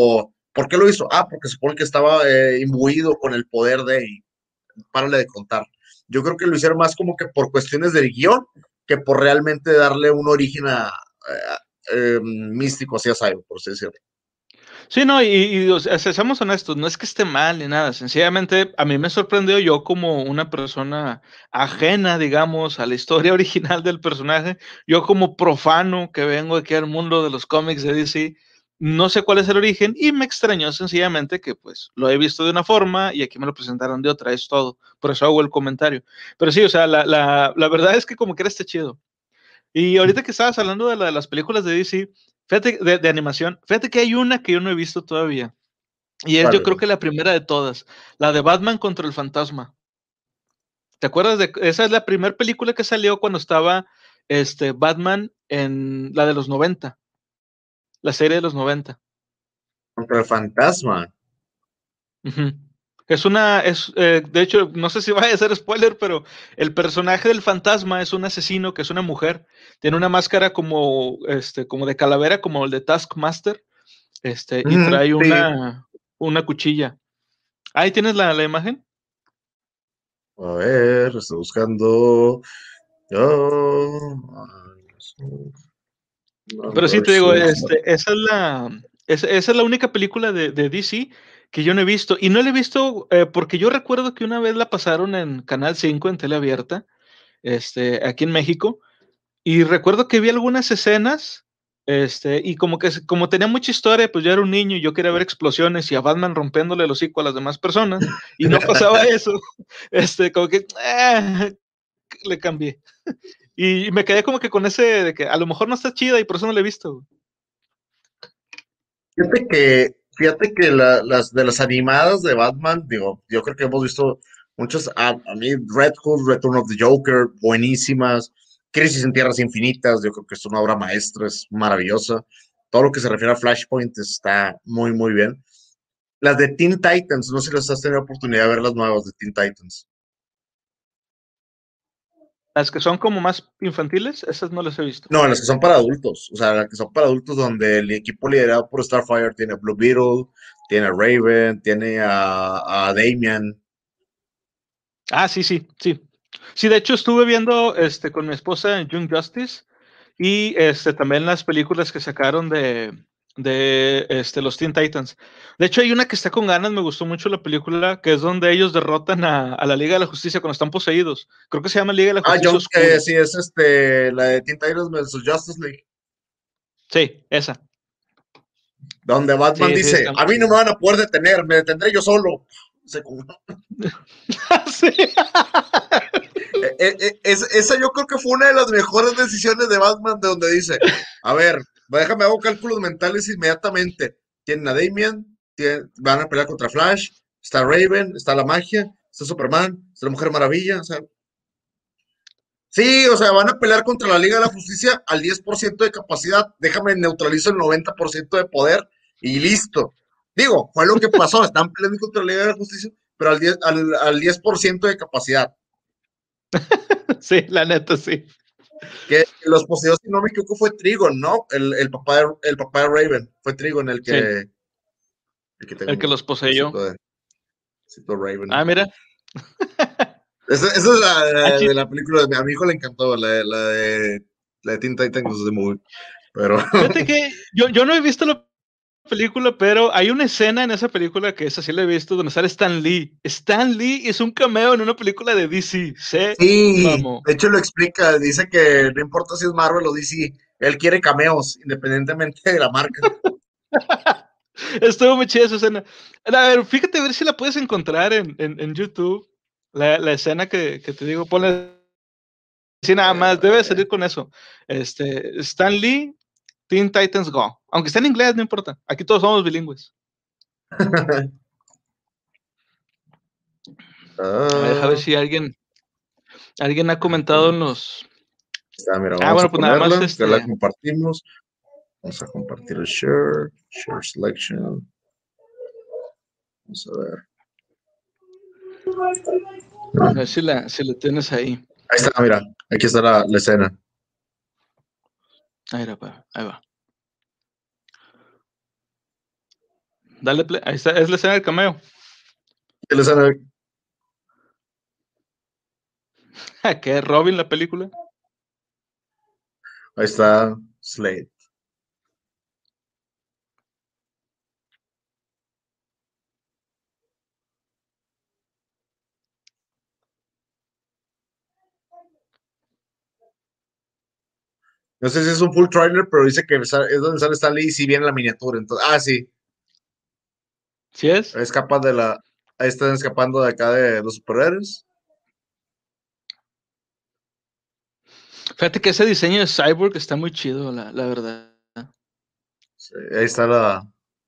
¿Por qué lo hizo? Ah, porque supone que estaba eh, imbuido con el poder de, y párale de contar. Yo creo que lo hicieron más como que por cuestiones del guión, que por realmente darle un origen a, a- eh, místico hacia Cyborg, por así decirlo. Sí, no, y, y, o sea, seamos honestos, no es que esté mal ni nada, sencillamente a mí me sorprendió yo como una persona ajena, digamos, a la historia original del personaje, yo como profano que vengo aquí al mundo de los cómics de D C, no sé cuál es el origen y me extrañó sencillamente que pues lo he visto de una forma y aquí me lo presentaron de otra, es todo, por eso hago el comentario. Pero sí, o sea, la, la, la verdad es que como que era este chido. Y ahorita que estabas hablando de, la, de las películas de D C, fíjate, de, de animación, fíjate que hay una que yo no he visto todavía. Y es yo Vale, creo que la primera de todas, la de Batman contra el fantasma. ¿Te acuerdas de esa es la primera película que salió cuando estaba este Batman en la de los noventa, la serie de los noventa? contra el fantasma. Ujú. Es una, es, eh, de hecho, no sé si vaya a ser spoiler, pero el personaje del fantasma es un asesino que es una mujer. Tiene una máscara como, este, como de calavera, como el de Taskmaster, este, y Ujú, trae sí. una, una cuchilla. Ahí tienes la, la imagen. A ver, estoy buscando. Oh, Pero sí te digo, versus. este, esa es la, esa, esa es la única película de, de D C que yo no he visto. Y no la he visto eh, porque yo recuerdo que una vez la pasaron en Canal cinco en tele abierta, este, aquí en México. Y recuerdo que vi algunas escenas, este, y como que como tenía mucha historia, pues yo era un niño y yo quería ver explosiones y a Batman rompiéndole el hocico a las demás personas, y no pasaba eso. Este, como que eh, le cambié. Y me quedé como que con ese de que a lo mejor no está chida y por eso no la he visto. Fíjate que, fíjate que la- las de las animadas de Batman, digo, yo creo que hemos visto muchas, a, a mí Red Hood, Return of the Joker, buenísimas, Crisis en Tierras Infinitas, yo creo que es una obra maestra, es maravillosa, todo lo que se refiere a Flashpoint está muy, muy bien. Las de Teen Titans, no sé si les has tenido oportunidad de ver las nuevas de Teen Titans. Las que son como más infantiles, esas no las he visto. No, las que son para adultos, o sea, las que son para adultos donde el equipo liderado por Starfire tiene a Blue Beetle, tiene a Raven, tiene a, a Damian. Ah, sí, sí, sí. Sí, de hecho estuve viendo este con mi esposa en Young Justice y este también las películas que sacaron de, de este, los Teen Titans. De hecho, hay una que está con ganas, me gustó mucho la película, que es donde ellos derrotan a, a la Liga de la Justicia cuando están poseídos. Creo que se llama Liga de la Ah, Justicia John, eh, Oscura. sí, es este, la de Teen Titans versus Justice League, Sí, esa. donde Batman Sí, sí, dice, está muy a mí no chida. me van a poder detener, me detendré yo solo. Se como- Sí. Eh, eh, eh, es- esa yo creo que fue una de las mejores decisiones de Batman, de donde dice, a ver, déjame hago cálculos mentales inmediatamente. Tienen a Damian, tienen- van a pelear contra Flash, está Raven, está la magia, está Superman, está la Mujer Maravilla, o sea, sí, o sea, van a pelear contra la Liga de la Justicia al diez por ciento de capacidad. Déjame neutralizo el noventa por ciento de poder y listo. Digo, fue lo que pasó. Están peleando contra la Liga de la Justicia, pero al diez, al, al diez por ciento de capacidad. Sí, la neta, sí. Que los poseídos, si no me equivoco, fue Trigon, ¿no? El, el, papá de, el papá de Raven. Fue Trigon el Sí, que. Aquí tengo el que mi los poseyó. cosito de, cosito de Ah, Raven. mira. Esa, esa es la Ah, de, chi- de la película. A mi hijo le encantó, la, de- la de, la de Teen Titans de Movie. Pero. Fíjate que yo, yo no he visto la película, pero hay una escena en esa película que esa sí la he visto donde sale Stan Lee. Stan Lee es un cameo en una película de D C. Se Sí, mamó. de hecho lo explica, dice que no importa si es Marvel o D C, él quiere cameos, independientemente de la marca. Estuvo muy chida esa escena. A ver, fíjate a ver si la puedes encontrar en, en, en YouTube. La, la escena que, que te digo, ponle así nada más, debe Eh, salir con eso. Este, Stan Lee, Teen Titans Go. Aunque esté en inglés, no importa. Aquí todos somos bilingües. A ver, deja ver ah, si alguien, alguien ha comentado en los. está, mira, Ah, vamos a bueno, pues nada más ponerla, ya la este. compartimos, vamos a compartir el share, share selection, vamos a ver. A ver si la, si la tienes ahí. Ahí está, mira, aquí está la, la escena. Ahí va, ahí va. Dale play. Ahí está, es la escena del cameo. ¿Qué escena? ¿Qué es Robin la película? Ahí está Slade. No sé si es un full trailer, pero dice que es donde sale Stan Lee y si viene la miniatura. Entonces, ah, sí. ¿Sí es? Escapa de la. Ahí están escapando de acá de los superhéroes. Fíjate que ese diseño de Cyborg está muy chido, la, la verdad. Sí, ahí está la.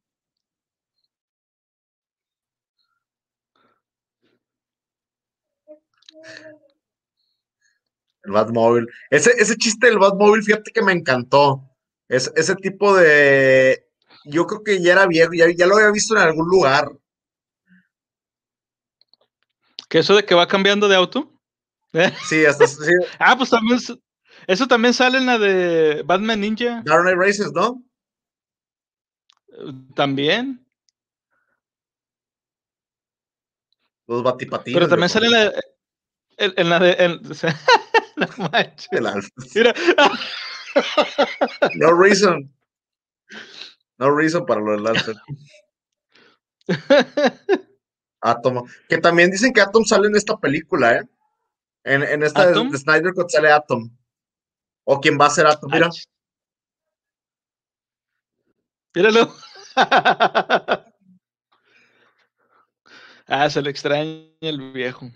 El Batmóvil. Ese, ese chiste del Batmóvil, fíjate que me encantó. Es, ese tipo de. Yo creo que ya era viejo, ya, ya lo había visto en algún lugar. ¿Que eso de que va cambiando de auto? Sí, hasta sí, Ah, pues también. Eso también sale en la de Batman Ninja. Dark Knight Rises, ¿no? También. Los Pero batipatines, yo también sale creo. en la, en, en la de. En, o sea, no El manches. Alfa. Mira. No reason. No reason para lo del Alfred. Atom. Que también dicen que Atom sale en esta película, ¿eh? En, en esta de, de Atom. Snyder Cut sale Atom. O quien va a ser Atom. Ah, Mira, míralo. Ah, se le extraña el viejo.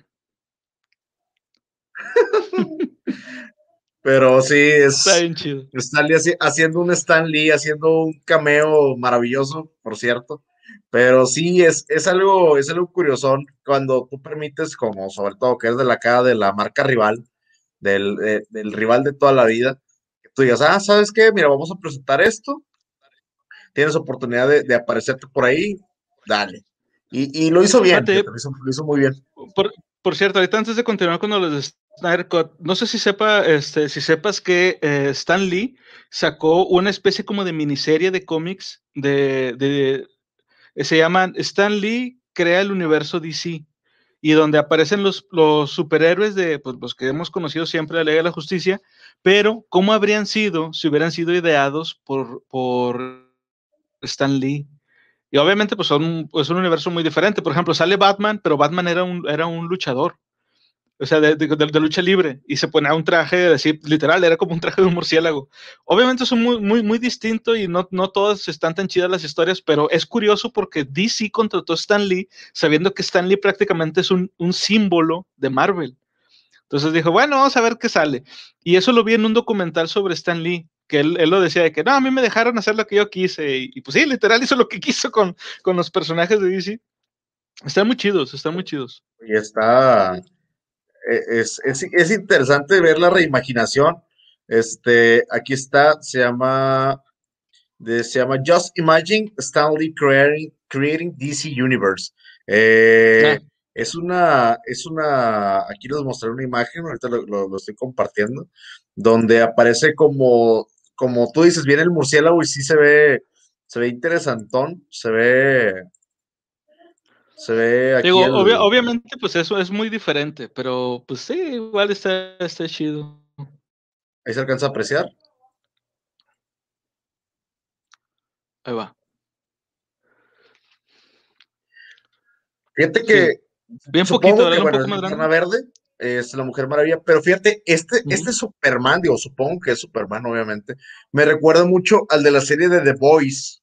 pero sí, Está es bien chido. Stan Lee haci- haciendo un Stan Lee, haciendo un cameo maravilloso, por cierto. Pero sí, es, es algo, es algo curiosón cuando tú permites, como sobre todo que es de la cara de la marca rival, del, de- del rival de toda la vida, que tú digas, ah, ¿sabes qué? Mira, vamos a presentar esto, tienes oportunidad de, de aparecerte por ahí, dale. Y, y lo hizo bien, Fíjate, fíjate, lo hizo, lo hizo muy bien. por, por cierto, ahorita antes de continuar con los de Snyder Cut, no sé si sepa, este, si sepas que eh, Stan Lee sacó una especie como de miniserie de cómics de, de eh, se llaman Stan Lee crea el universo D C y donde aparecen los, los superhéroes de pues, los que hemos conocido siempre, la Liga de la Justicia, pero cómo habrían sido si hubieran sido ideados por, por Stan Lee. Y obviamente pues son pues, un universo muy diferente. Por ejemplo, sale Batman, pero Batman era un, era un luchador. O sea, de, de, de, lucha libre, y se ponía un traje, así, literal, era como un traje de un murciélago. Obviamente son muy, muy, muy distintos y no, no todas están tan chidas las historias, pero es curioso porque D C contrató a Stan Lee sabiendo que Stan Lee prácticamente es un, un símbolo de Marvel. Entonces dijo, bueno, vamos a ver qué sale. Y eso lo vi en un documental sobre Stan Lee, que él, él lo decía de que no, a mí me dejaron hacer lo que yo quise. Y, y pues sí, literal hizo lo que quiso con, con los personajes de D C. Están muy chidos, están muy chidos. Y está, es, es, es interesante ver la reimaginación. Este, aquí está, se llama, de, se llama Just Imagine Stan Lee Creating, creating D C Universe. Eh, Ah, es una, es una, aquí les mostré una imagen, ahorita lo, lo, lo estoy compartiendo, donde aparece como, como tú dices, viene el murciélago y sí se ve, se ve interesantón, se ve, se ve aquí digo, obvia, el, obviamente, pues eso es muy diferente, pero pues sí, igual está, está chido. ahí se alcanza a apreciar. Ahí va. Fíjate Sí. que Bien poquito, supongo que, dale un bueno, poco es más Linterna grande. Verde, es la Mujer Maravilla, pero fíjate, este, Ujú. este Superman, digo, supongo que es Superman, obviamente, me recuerda mucho al de la serie de The Boys.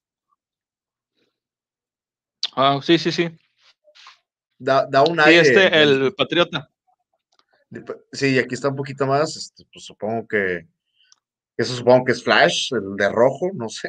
Ah, sí, sí, sí. Da, da un Sí, aire. este, Del, el Patriota. de- sí, aquí está un poquito más, este, pues supongo que, eso supongo que es Flash, el de rojo, no sé.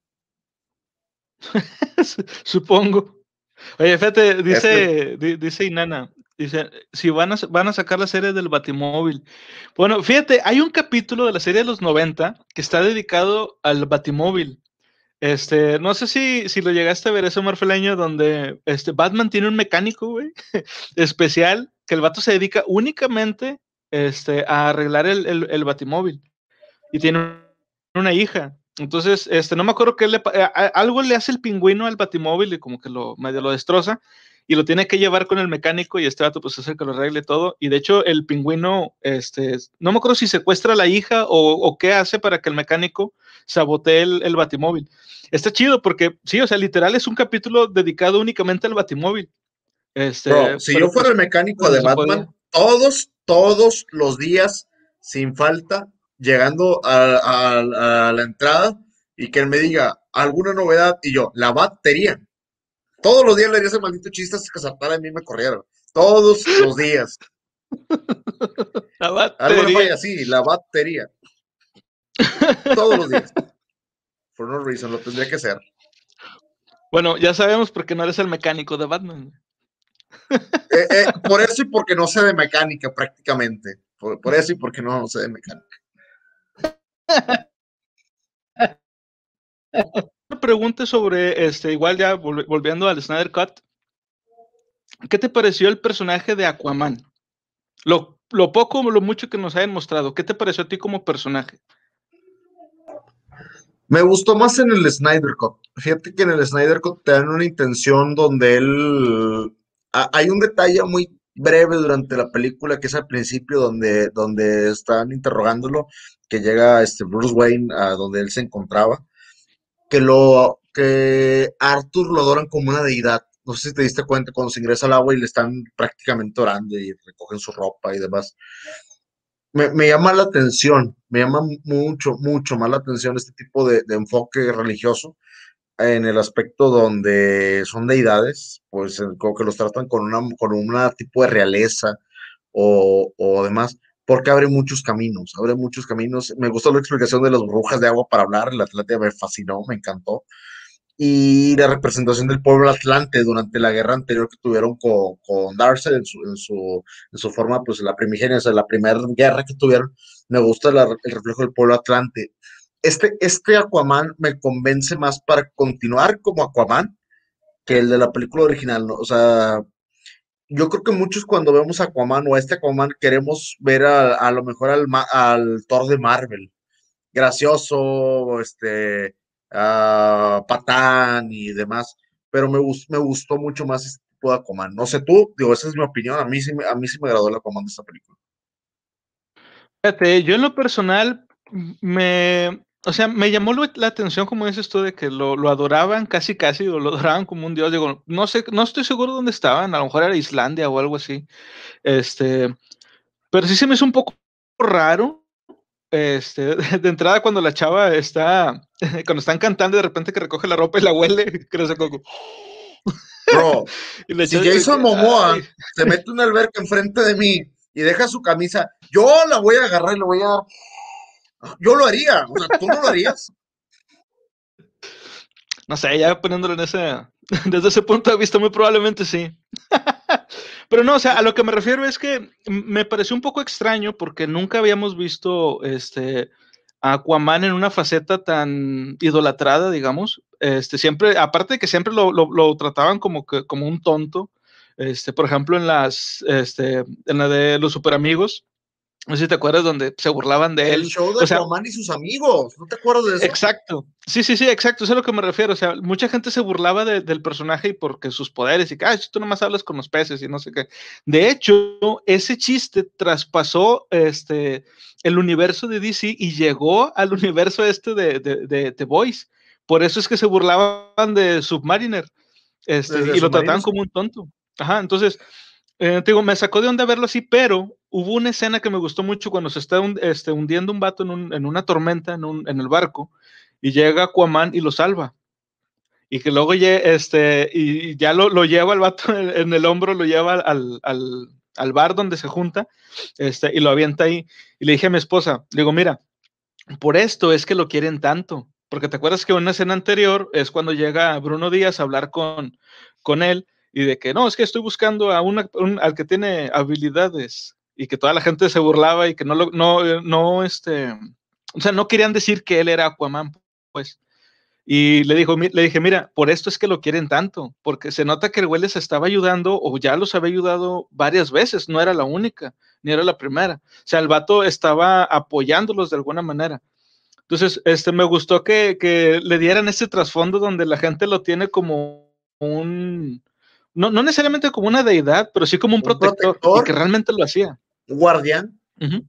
Supongo. Oye, fíjate, Es que, dice, di- dice Inana, dice, si van a, van a sacar la serie del Batimóvil. Bueno, fíjate, hay un capítulo de la serie de los noventa que está dedicado al Batimóvil. Este, no sé si, si lo llegaste a ver, ese marfileño donde este, Batman tiene un mecánico, güey, especial, que el vato se dedica únicamente este, a arreglar el, el, el Batimóvil. Y tiene una hija. Entonces, este, no me acuerdo qué le, a, a, algo le hace el pingüino al Batimóvil y como que lo medio lo destroza y lo tiene que llevar con el mecánico y este vato pues es el que lo arregle todo. Y de hecho el pingüino, este, no me acuerdo si secuestra a la hija o, o qué hace para que el mecánico sabotee el, el Batimóvil. Está chido porque sí, o sea, literal es un capítulo dedicado únicamente al Batimóvil. Este, Bro, si pero yo fuera pues el mecánico bueno, de se podía. Batman, todos, todos los días, sin falta, llegando a, a- a la entrada y que él me diga alguna novedad y yo, la batería. Todos los días le haría ese maldito chiste hasta que saltara de mí y me corriera. Todos los días. La Algo le falla batería. así, la batería. Todos los días. For no reason, lo tendría que hacer. Bueno, ya sabemos por qué no eres el mecánico de Batman. Eh, eh, por eso y porque no sé de mecánica prácticamente. Por, por eso y porque no, no sé de mecánica. Una pregunta sobre, este, igual ya vol volviendo al Snyder Cut, ¿qué te pareció el personaje de Aquaman? Lo, lo poco o lo mucho que nos hayan mostrado, ¿qué te pareció a ti como personaje? Me gustó más en el Snyder Cut. Fíjate que en el Snyder Cut te dan una intención donde él... a- hay un detalle muy breve durante la película que es al principio donde, donde están interrogándolo, que llega este Bruce Wayne a donde él se encontraba, que lo que a Arthur lo adoran como una deidad. No sé si te diste cuenta cuando se ingresa al agua y le están prácticamente orando y recogen su ropa y demás. Me, me llama la atención, me llama mucho, mucho más la atención este tipo de, de enfoque religioso en el aspecto donde son deidades, pues eh, como que los tratan con una, con una tipo de realeza o, o demás, porque abre muchos caminos, abre muchos caminos. Me gustó la explicación de las burbujas de agua para hablar, la Atlántida me fascinó, me encantó y la representación del pueblo atlante durante la guerra anterior que tuvieron con, con Darkseid en su, en, su, en su forma, pues la primigenia, o sea, la primera guerra que tuvieron, me gusta la, el reflejo del pueblo atlante. Este, este Aquaman me convence más para continuar como Aquaman que el de la película original, ¿no? O sea, yo creo que muchos cuando vemos a Aquaman o a este Aquaman queremos ver a, a lo mejor al, al Thor de Marvel, gracioso, este, uh, patán y demás, pero me, gust, me gustó mucho más este tipo de Aquaman. No sé tú, digo, esa es mi opinión, a mí sí, a mí sí me agradó el Aquaman de esta película. Fíjate, yo en lo personal me, o sea, me llamó la atención, como dices tú, de que lo, lo adoraban casi casi, o lo adoraban como un dios. Digo, no sé, no estoy seguro dónde estaban, a lo mejor era Islandia o algo así. Este, pero sí se me hizo un poco raro. Este, de entrada cuando la chava está, cuando están cantando de repente que recoge la ropa y la huele, que no sé cómo. Bro, Y le si echa, Jason ay, Momoa se mete en una alberca enfrente de mí y deja su camisa, yo la voy a agarrar y le voy a... Yo lo haría, o sea, ¿tú no lo harías? no sé, ya poniéndolo en ese, desde ese punto de vista, muy probablemente sí. Pero no, o sea, a lo que me refiero es que me pareció un poco extraño porque nunca habíamos visto este a Aquaman en una faceta tan idolatrada, digamos. Este, siempre, aparte de que siempre lo, lo, lo trataban como que como un tonto. Este, por ejemplo, en las, este, en la de los super amigos, no sé si te acuerdas donde se burlaban de El él. show de O sea, Aquaman y sus amigos, ¿no te acuerdas de eso? exacto. Sí, sí, sí, exacto. Eso es a lo que me refiero. O sea, mucha gente se burlaba de, del personaje y porque sus poderes y que, ay, tú nomás hablas con los peces y no sé qué. De hecho, ese chiste traspasó este, el universo de D C y llegó al universo este de, de, de The Boys. Por eso es que se burlaban de Submariner este, Desde y lo Submarino, trataban sí. como un tonto. Ajá, entonces, eh, te digo, me sacó de onda verlo así, pero hubo una escena que me gustó mucho cuando se está un, este, hundiendo un vato en, un, en una tormenta en, un, en, el barco y llega Aquaman y lo salva. Y que luego este, y ya lo, lo lleva el vato en, en, el hombro, lo lleva al, al, al bar donde se junta este, y lo avienta ahí. Y le dije a mi esposa, le digo, mira, por esto es que lo quieren tanto. Porque te acuerdas que una escena anterior es cuando llega Bruno Díaz a hablar con, con él y de que no, es que estoy buscando a una, un, al que tiene habilidades y que toda la gente se burlaba y que no, lo, no, no, este, o sea, no querían decir que él era Aquaman, pues. Y le, dijo, le dije, mira, por esto es que lo quieren tanto, porque se nota que el güey les estaba ayudando o ya los había ayudado varias veces, no era la única, ni era la primera. O sea, el vato estaba apoyándolos de alguna manera. Entonces, este, me gustó que, que le dieran este trasfondo donde la gente lo tiene como un, no, no necesariamente como una deidad, pero sí como un Un protector, y que protector, realmente lo hacía. un guardián. Ujú.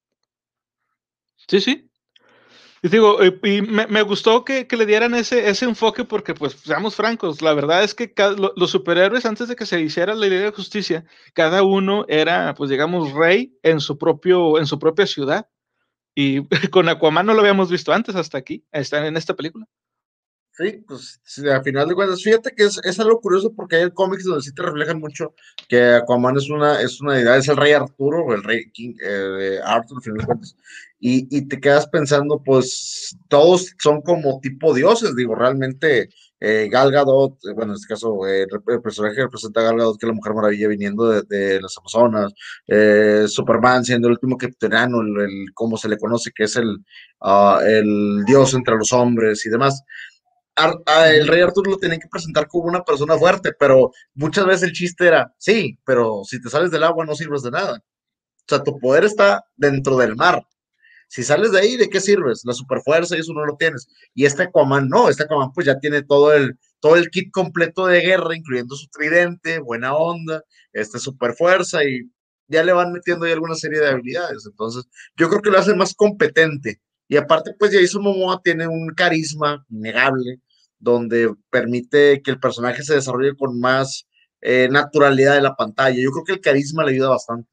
Sí, sí. Y digo, eh, y me, me gustó que, que le dieran ese, ese enfoque porque, pues, seamos francos, la verdad es que cada- lo- los superhéroes, antes de que se hiciera la Liga de Justicia, cada uno era, pues, digamos, rey en su propio, en su propia ciudad. Y con Aquaman no lo habíamos visto antes, hasta aquí, está en esta película. Sí, pues sí, a final de cuentas, fíjate que es, es algo curioso porque hay cómics donde sí te reflejan mucho que Aquaman es una, es una deidad, es el rey Arturo, o el rey King, eh, de Arthur, a final de cuentas, y, y te quedas pensando, pues todos son como tipo dioses, digo, realmente eh, Gal Gadot, eh, bueno, en este caso, eh, el, el personaje que representa a Gal Gadot, que es la Mujer Maravilla viniendo de, de las Amazonas, eh, Superman siendo el último kryptoniano, el, el, como se le conoce, que es el, uh, el dios entre los hombres y demás. Ar- a el Ujú. rey Arthur lo tenían que presentar como una persona fuerte, pero muchas veces el chiste era, sí, pero si te sales del agua no sirves de nada. O sea, tu poder está dentro del mar. Si sales de ahí, ¿de qué sirves? La superfuerza y eso no lo tienes. Y este Aquaman no, este Aquaman pues ya tiene todo el, todo el kit completo de guerra, incluyendo su tridente, buena onda, este superfuerza y ya le van metiendo ahí alguna serie de habilidades. Entonces, yo creo que lo hace más competente. Y aparte, pues Jason Momoa tiene un carisma innegable, donde permite que el personaje se desarrolle con más eh, naturalidad en la pantalla. Yo creo que el carisma le ayuda bastante.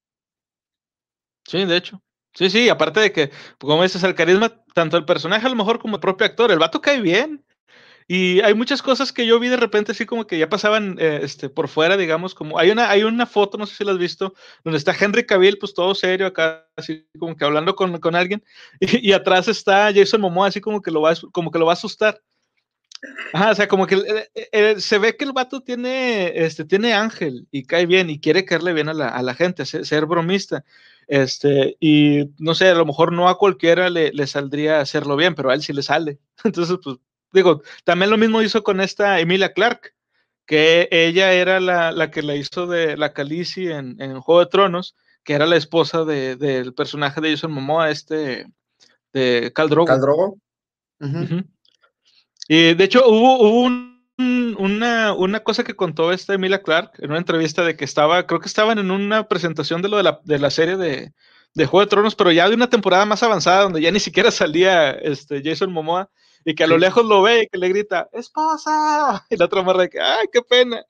Sí, de hecho. Sí, sí, aparte de que, como dices, el carisma, tanto el personaje a lo mejor como el propio actor, el vato cae bien. Y hay muchas cosas que yo vi de repente así como que ya pasaban eh, este, por fuera, digamos, como hay una, hay una foto, no sé si la has visto, donde está Henry Cavill, pues todo serio acá, así como que hablando con, con alguien, y, y atrás está Jason Momoa, así como que lo va, a- como que lo va a asustar. Ajá, o sea, como que eh, eh, eh, se ve que el vato tiene, este, tiene ángel y cae bien y quiere caerle bien a la, a la gente, ser, ser bromista. Este, y no sé, a lo mejor no a cualquiera le, le saldría hacerlo bien, pero a él sí le sale. Entonces, pues, digo, también lo mismo hizo con esta Emilia Clarke, que ella era la, la que la hizo de la Khaleesi en, en Juego de Tronos, que era la esposa de, del personaje de Jason Momoa, este, de Khal Drogo. ¿Caldrogo? Uh-huh. Ujú. Y de hecho hubo, hubo un- una, una cosa que contó esta Emilia Clarke en una entrevista de que estaba, creo que estaban en una presentación de lo de la, de la serie de, de Juego de Tronos, pero ya de una temporada más avanzada donde ya ni siquiera salía este Jason Momoa y que a lo Sí. lejos lo ve y que le grita ¡Esposa! Y la otra morra de que ¡ay, qué pena!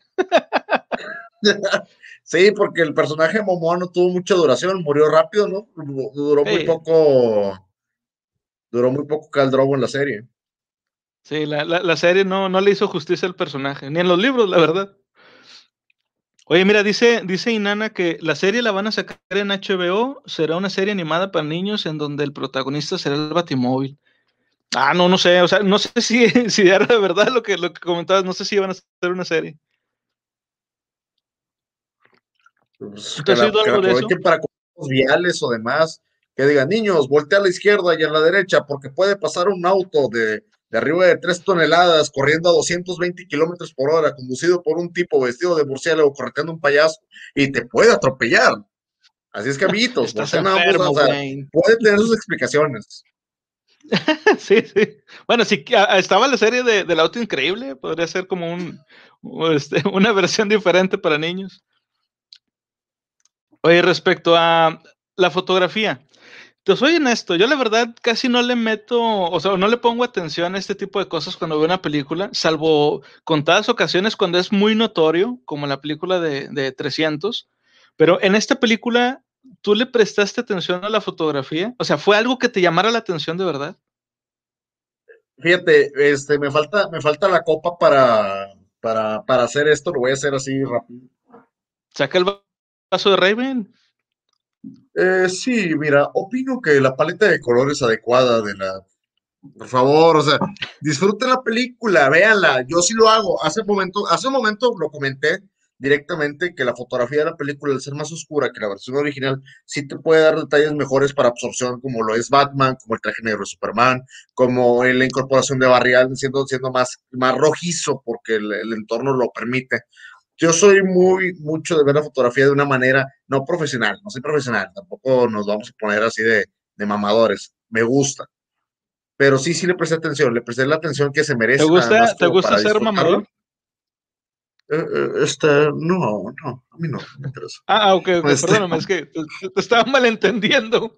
Sí, porque el personaje de Momoa no tuvo mucha duración, murió rápido, ¿no? Duró muy Sí, poco, duró muy poco Khal Drogo en la serie. sí, la, la, la serie no, no le hizo justicia al personaje, ni en los libros, la verdad. Oye, mira, dice, dice Inanna que la serie la van a sacar en H B O, será una serie animada para niños en donde el protagonista será el Batimóvil. Ah, no, no sé, o sea, no sé si, si era de verdad lo que, lo que comentabas, no sé si iban a hacer una serie. Pues, ¿Tú que has la, oído que la algo de eso? aprovechen para cosas viales o demás, que digan, niños, voltea a la izquierda y a la derecha, porque puede pasar un auto de, de arriba de tres toneladas corriendo a doscientos veinte kilómetros por hora, conducido por un tipo vestido de murciélago correteando un payaso, y te puede atropellar. Así es que, amiguitos, Estás voltean a ambos, o enfermo, sea, Wayne. puede tener sus explicaciones. Sí, sí. Bueno, sí, que, ah, estaba la serie de, del auto increíble, podría ser como un, o este, una versión diferente para niños. Oye, respecto a la fotografía, te soy honesto, yo la verdad casi no le meto, o sea, no le pongo atención a este tipo de cosas cuando veo una película, salvo contadas ocasiones cuando es muy notorio, como en la película de, de trescientos, pero en esta película, ¿tú le prestaste atención a la fotografía? O sea, ¿fue algo que te llamara la atención de verdad? Fíjate, este, me falta, me falta la copa para, para, para hacer esto, lo voy a hacer así rápido. Saca el vaso de Raven. Eh, sí, mira, opino que la paleta de colores adecuada de la, por favor, o sea, disfruten la película, véanla, yo sí lo hago. Hace un momento, hace un momento lo comenté directamente que la fotografía de la película, al ser más oscura que la versión original, sí te puede dar detalles mejores para absorción, como lo es Batman, como el traje negro de Superman, como en la incorporación de Barry Allen siendo, siendo más, más rojizo porque el, el entorno lo permite. Yo soy muy mucho de ver la fotografía de una manera no profesional, no soy profesional, tampoco nos vamos a poner así de, de mamadores, me gusta. pero sí, sí le presté atención, le presté la atención que se ¿Te merece nada más gusta, te como gusta para ser disfrutarla. mamador? Eh, eh, este, no, no, a mí no, no me interesa. Ah, ah, ok, ok, Este, perdóname, es que te, te estaba malentendiendo.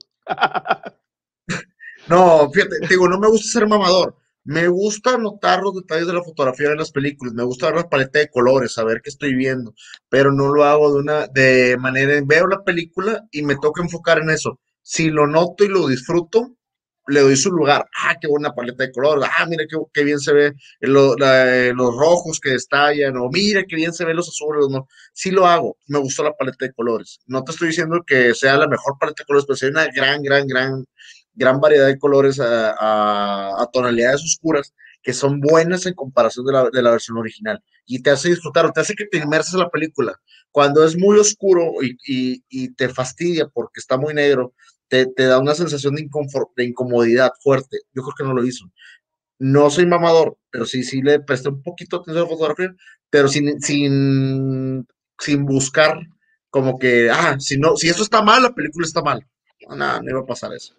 no, fíjate, te digo, no me gusta ser mamador. Me gusta notar los detalles de la fotografía de las películas, me gusta ver la paleta de colores, saber qué estoy viendo, pero no lo hago de una, de manera, veo la película y me toca enfocar en eso. Si lo noto y lo disfruto, le doy su lugar. Ah, qué buena paleta de colores. Ah, mira qué, qué bien se ve lo- la- eh, los rojos que estallan, o mira qué bien se ven los azules. No, sí lo hago. Me gustó la paleta de colores. No te estoy diciendo que sea la mejor paleta de colores, pero sí hay una gran, gran, gran gran variedad de colores a, a, a tonalidades oscuras que son buenas en comparación de la, de la versión original y te hace disfrutar, te hace que te inmerses en la película. Cuando es muy oscuro y, y, y te fastidia porque está muy negro, te, te da una sensación de, inconfort, de incomodidad fuerte. Yo creo que no lo hizo. No soy mamador, pero sí, sí le presté un poquito de atención a la fotografía, pero sin, sin, sin buscar como que, ah, si no, si eso está mal, la película está mal. No, no, no iba a pasar eso.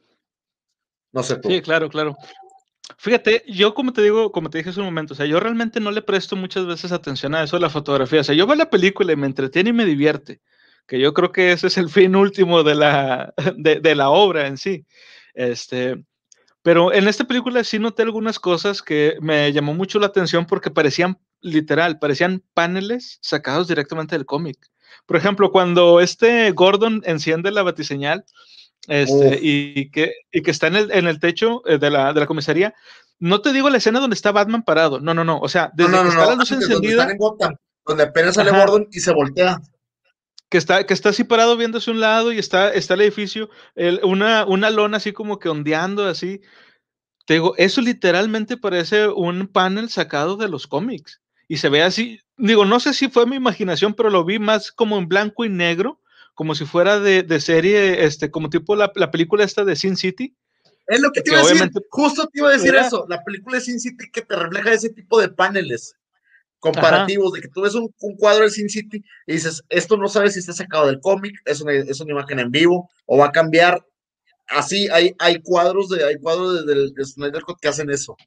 No sé tú. Sí, claro, claro. Fíjate, yo como te digo, como te dije hace un momento, o sea, yo realmente no le presto muchas veces atención a eso de la fotografía. O sea, yo veo la película y me entretiene y me divierte, que yo creo que ese es el fin último de la, de, de la obra en sí. Este, pero en esta película sí noté algunas cosas que me llamó mucho la atención porque parecían, literal, parecían paneles sacados directamente del cómic. Por ejemplo, cuando este Gordon enciende la batiseñal, este, Uf. y que, y que está en el, en el techo eh, de la, de la comisaría. No te digo la escena donde está Batman parado, no, no, no, o sea, No, desde no, que no, está no. la luz Antes, donde están encendida, en Gotham, donde apenas sale ajá, Gordon y se voltea. que está, que está así parado viéndose un lado y está, está el edificio, el, una, una lona así como que ondeando así. Te digo, eso literalmente parece un panel sacado de los cómics y se ve así, digo, no sé si fue mi imaginación, pero lo vi más como en blanco y negro, como si fuera de, de serie, este, como tipo la, la película esta de Sin City, Es lo que te que iba a decir. obviamente, Justo te iba a decir ¿verdad? eso. La película de Sin City que te refleja ese tipo de paneles Ajá. comparativos, de que tú ves un, un cuadro de Sin City y dices, esto no sabes si está sacado del cómic, es una, es una imagen en vivo o va a cambiar. Así hay, hay cuadros de, hay cuadros de, de, de Snyder Cut que hacen eso.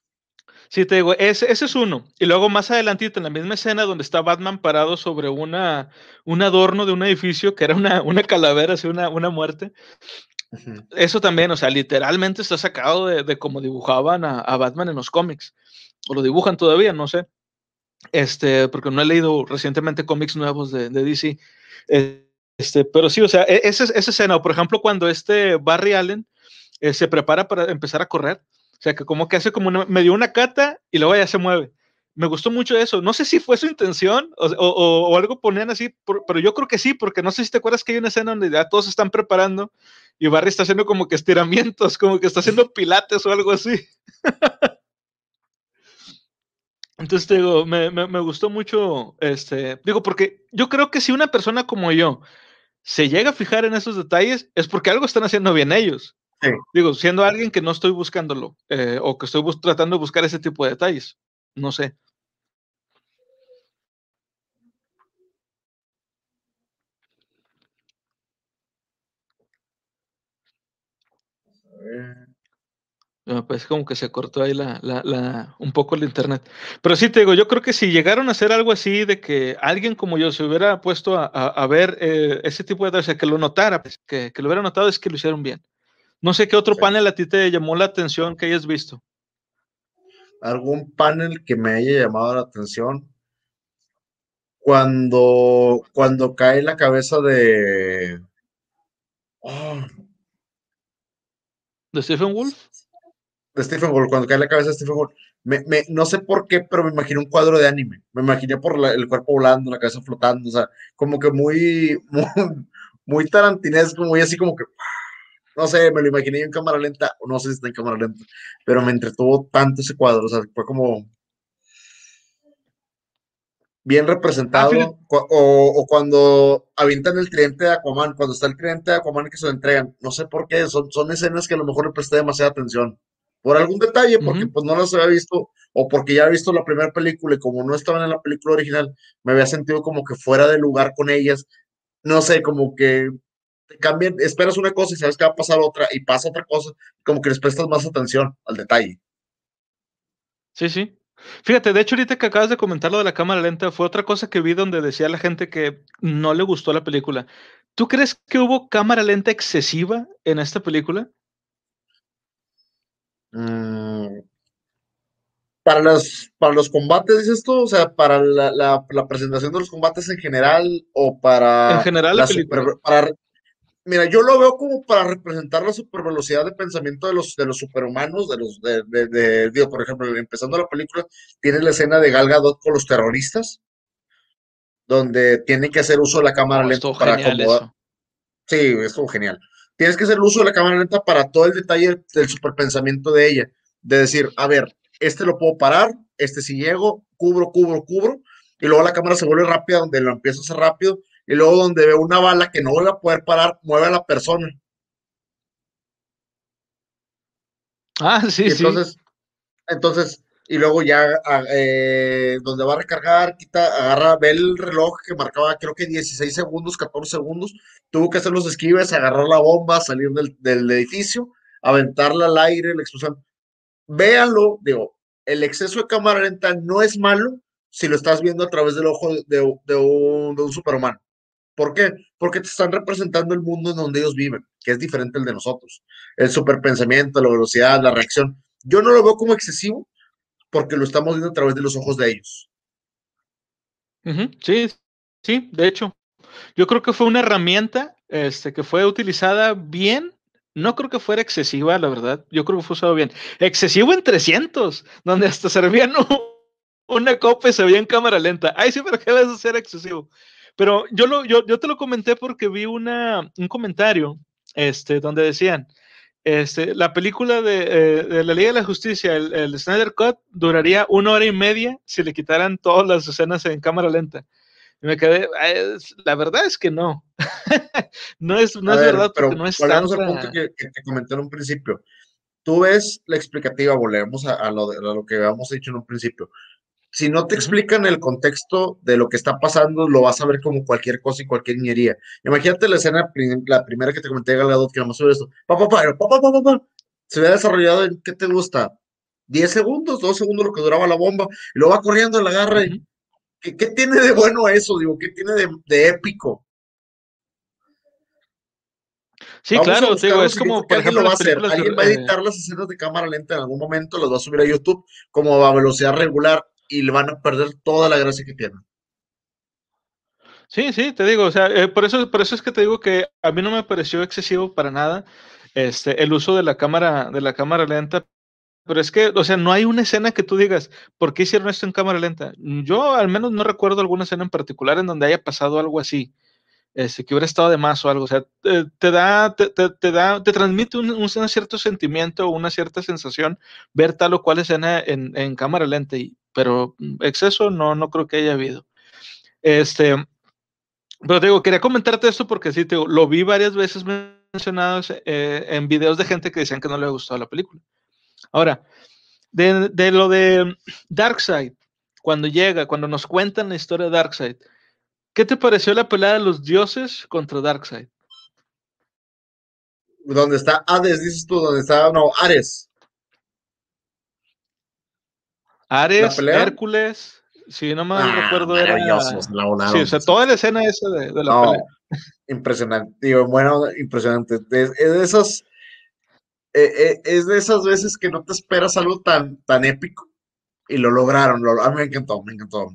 Sí, te digo, ese, ese es uno. Y luego más adelantito, en la misma escena donde está Batman parado sobre una, un adorno de un edificio que era una, una calavera, así una, una muerte. Uh -huh. Eso también, o sea, literalmente está sacado de, de cómo dibujaban a, a, Batman en los cómics. O lo dibujan todavía, no sé. Este, porque no he leído recientemente cómics nuevos de, de D C. Este, pero sí, o sea, esa, esa escena, o por ejemplo, cuando este Barry Allen eh, se prepara para empezar a correr. O sea, que como que hace como una, me dio una cata y luego ya se mueve. Me gustó mucho eso. No sé si fue su intención o, o, o algo ponían así, por, pero yo creo que sí, porque no sé si te acuerdas que hay una escena donde ya todos se están preparando y Barry está haciendo como que estiramientos, como que está haciendo pilates o algo así. Entonces, te digo, me, me, me gustó mucho, este, digo, porque yo creo que si una persona como yo se llega a fijar en esos detalles, es porque algo están haciendo bien ellos. Sí. Digo, siendo alguien que no estoy buscándolo, eh, o que estoy bus tratando de buscar ese tipo de detalles. No sé. Me parece como que se cortó ahí la, la, la, un poco el internet. Pero sí te digo, yo creo que si llegaron a hacer algo así de que alguien como yo se hubiera puesto a, a, a ver eh, ese tipo de detalles, o sea, que lo notara, pues, que, que lo hubiera notado, es que lo hicieron bien. No sé qué otro Sí. panel a ti te llamó la atención que hayas visto. Algún panel que me haya llamado la atención cuando, cuando cae la cabeza de... Oh, ¿De Stephen Wolf? de Stephen Wolf, cuando cae la cabeza de Stephen Wolf. Me, me, no sé por qué, pero me imaginé un cuadro de anime. Me imaginé por la, el cuerpo volando, la cabeza flotando, o sea, como que muy, muy, muy tarantinesco, muy así como que, no sé, me lo imaginé en cámara lenta, o no sé si está en cámara lenta, pero me entretuvo tanto ese cuadro, o sea, fue como bien Ah, fíjate. representado, o, o cuando avientan el tridente de Aquaman, cuando está el tridente de Aquaman que se lo entregan, no sé por qué, son, son escenas que a lo mejor le presté demasiada atención, por algún detalle, Uh porque -huh. pues no las había visto, o porque ya había visto la primera película y como no estaban en la película original, me había sentido como que fuera de lugar con ellas, no sé, como que cambian, esperas una cosa y sabes que va a pasar otra, y pasa otra cosa, como que les prestas más atención al detalle. Sí, sí. Fíjate, de hecho, ahorita que acabas de comentar lo de la cámara lenta, fue otra cosa que vi donde decía la gente que no le gustó la película. ¿Tú crees que hubo cámara lenta excesiva en esta película? Mm, para, las, para los combates, dices tú, o sea, para la, la, la presentación de los combates en general, o En para general, la la super, película. para, mira, yo lo veo como para representar la supervelocidad de pensamiento de los, de los superhumanos, de los, de, de, de- digo, por ejemplo, empezando la película, tienes la escena de Gal Gadot con los terroristas, donde tienen que hacer uso de la cámara Oh, lenta estuvo para genial acomodar. eso. Sí, estuvo genial. Tienes que hacer uso de la cámara lenta para todo el detalle del superpensamiento de ella, de decir, a ver, este lo puedo parar, este si llego, cubro, cubro, cubro, y luego la cámara se vuelve rápida, donde lo empiezo a hacer rápido, y luego donde veo una bala que no vuelve a poder parar, mueve a la persona. Ah, sí, Y sí. entonces, entonces, y luego ya a- eh, donde va a recargar, quita, agarra, ve el reloj que marcaba creo que dieciséis segundos, catorce segundos, tuvo que hacer los esquives, agarrar la bomba, salir del, del edificio, aventarla al aire, la explosión. Véanlo, digo, el exceso de cámara lenta no es malo si lo estás viendo a través del ojo de, de, de un, de un superhumano. ¿Por qué? Porque te están representando el mundo en donde ellos viven, que es diferente al de nosotros. El superpensamiento, la velocidad, la reacción. Yo no lo veo como excesivo, porque lo estamos viendo a través de los ojos de ellos. Ujú, sí, sí, de hecho. Yo creo que fue una herramienta, este, que fue utilizada bien. No creo que fuera excesiva, la verdad. Yo creo que fue usado bien. Excesivo en trescientos, donde hasta servían u- una copa y se veía en cámara lenta. Ay, sí, pero qué vas a ser excesivo. Pero yo, lo, yo, yo te lo comenté porque vi una, un comentario, este, donde decían, este, la película de, eh, de la Liga de la Justicia, el, el Snyder Cut, duraría una hora y media si le quitaran todas las escenas en cámara lenta. Y me quedé, eh, la verdad es que no. no, es, no A es ver, verdad porque pero no es volvemos al punto tanta. que, que te comenté en un principio. Tú ves la explicativa, volvemos a, a, lo, de, a lo que habíamos dicho en un principio. Si no te Ujú, explican el contexto de lo que está pasando, lo vas a ver como cualquier cosa y cualquier ñería. Imagínate la escena, la primera que te comenté, Gal Gadot, que vamos sobre esto. Pa, pa, pa, pa, pa, pa, pa, pa. Se había desarrollado en, ¿qué te gusta? Diez segundos, dos segundos lo que duraba la bomba. Y luego va corriendo, la agarra. Y, ujú. ¿qué, ¿qué, tiene de bueno eso? Digo, ¿qué tiene de, de épico? Sí, Vamos a claro, te digo, buscarlo es y yo creo como, que por alguien ejemplo, lo va a las hacer. películas de. Alguien va a eh, editar las escenas de cámara lenta en algún momento, las va a subir a YouTube como a velocidad regular y le van a perder toda la gracia que tienen. sí, sí, te digo, o sea, eh, por eso, por eso es que te digo que a mí no me pareció excesivo para nada este, el uso de la cámara, de la cámara lenta. Pero es que, o sea, no hay una escena que tú digas, ¿por qué hicieron esto en cámara lenta? Yo al menos no recuerdo alguna escena en particular en donde haya pasado algo así. Este, que hubiera estado de más o algo, o sea, te, te da, te, te, te, da, te transmite un, un, cierto sentimiento o una cierta sensación ver tal o cual escena en, en cámara lenta, y, pero exceso no, no creo que haya habido. Este, pero te digo, quería comentarte esto porque sí, te digo, lo vi varias veces mencionados eh, en videos de gente que decían que no le gustó la película. Ahora, de, de lo de Darkseid, cuando llega, cuando nos cuentan la historia de Darkseid, ¿qué te pareció la pelea de los dioses contra Darkseid? Donde está Hades, dices tú, donde está, no, Ares. La Ares, pelea, Hércules, si no mal ah, recuerdo era. maravilloso, se la Sí, o volaron. sea, toda la escena esa de, de la pelea. No, impresionante, digo, bueno, impresionante. Es, es de esas, eh, eh, es de esas veces que no te esperas algo tan, tan épico y lo lograron. Lo, a mí me encantó, me encantó.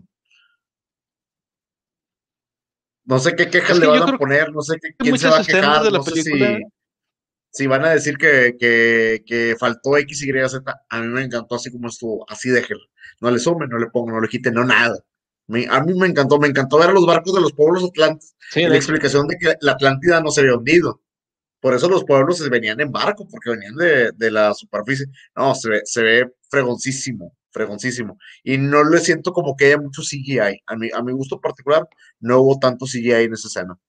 No sé qué quejas Es le que van yo a creo poner, no sé qué, que quién se muchas va a escenas quejar, de no la sé película. si, si van a decir que, que, que faltó X, Y, Z. A mí me encantó así como estuvo, así déjelo. No le sumen, no le pongan, no le quiten, no nada. Me- a mí me encantó, me encantó ver los barcos de los pueblos atlantes Sí, y de la hecho. explicación de que la Atlántida no se había hundido. Por eso los pueblos se venían en barco, porque venían de, de la superficie. No, se ve, se ve fregoncísimo, fregoncísimo. Y no le siento como que haya mucho C G I. A mi, a mi gusto particular, no hubo tanto C G I en esa escena.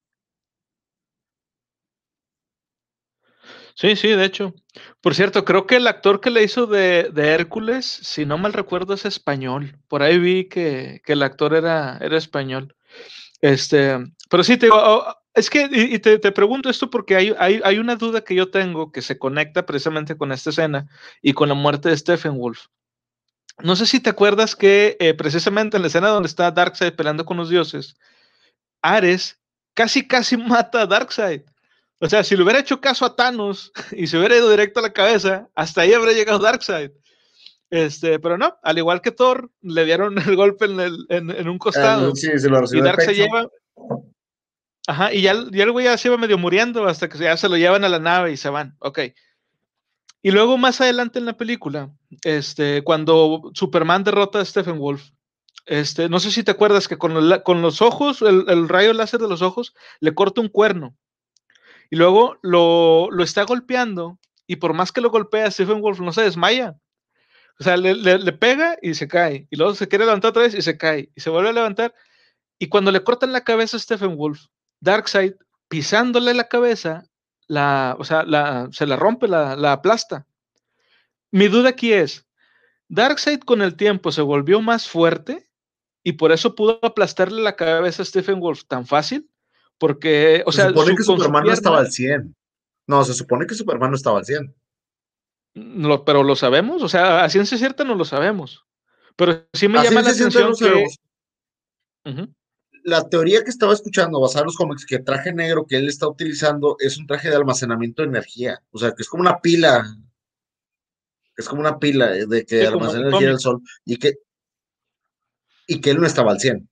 Sí, sí, de hecho. Por cierto, creo que el actor que le hizo de, de Hércules, si no mal recuerdo, es español. Por ahí vi que, que el actor era, era español. Este, pero sí, te digo, oh, Es que, y, y te, te, pregunto esto porque hay, hay, hay una duda que yo tengo que se conecta precisamente con esta escena y con la muerte de Steppenwolf. No sé si te acuerdas que eh, precisamente en la escena donde está Darkseid peleando con los dioses, Ares casi casi mata a Darkseid. O sea, si le hubiera hecho caso a Thanos y se hubiera ido directo a la cabeza, hasta ahí habría llegado Darkseid. Este, pero no, al igual que Thor, le dieron el golpe en, el, en, en un costado. Uh, sí, se lo recibió y de Darkseid pecho. lleva. Ajá, y ya, ya el güey ya se iba medio muriendo hasta que ya se lo llevan a la nave y se van. Ok. Y luego más adelante en la película, este, cuando Superman derrota a Steppenwolf, este, no sé si te acuerdas que con, el, con los ojos, el, el, rayo láser de los ojos, le corta un cuerno. Y luego lo, lo está golpeando, y por más que lo golpea, Steppenwolf no se desmaya. O sea, le, le, le pega y se cae. Y luego se quiere levantar otra vez y se cae. Y se vuelve a levantar. Y cuando le cortan la cabeza a Steppenwolf, Darkseid, pisándole la cabeza, la, o sea, la, se la rompe, la, la aplasta. Mi duda aquí es, ¿Darkseid con el tiempo se volvió más fuerte y por eso pudo aplastarle la cabeza a Steppenwolf tan fácil? Porque, o Se sea, supone su, que con su Superman no estaba pierna... al cien. No, se supone que Superman no estaba al cien. Lo, pero lo sabemos, o sea, a ciencia cierta no lo sabemos. Pero sí me A llama la ciencia cierta no atención que... sabemos. Uh-huh. La teoría que estaba escuchando, basada en los cómics, que el traje negro que él está utilizando es un traje de almacenamiento de energía. O sea, que es como una pila. Es como una pila de que Sí, como almacena el energía cómic. del sol y que, y que él no estaba al cien.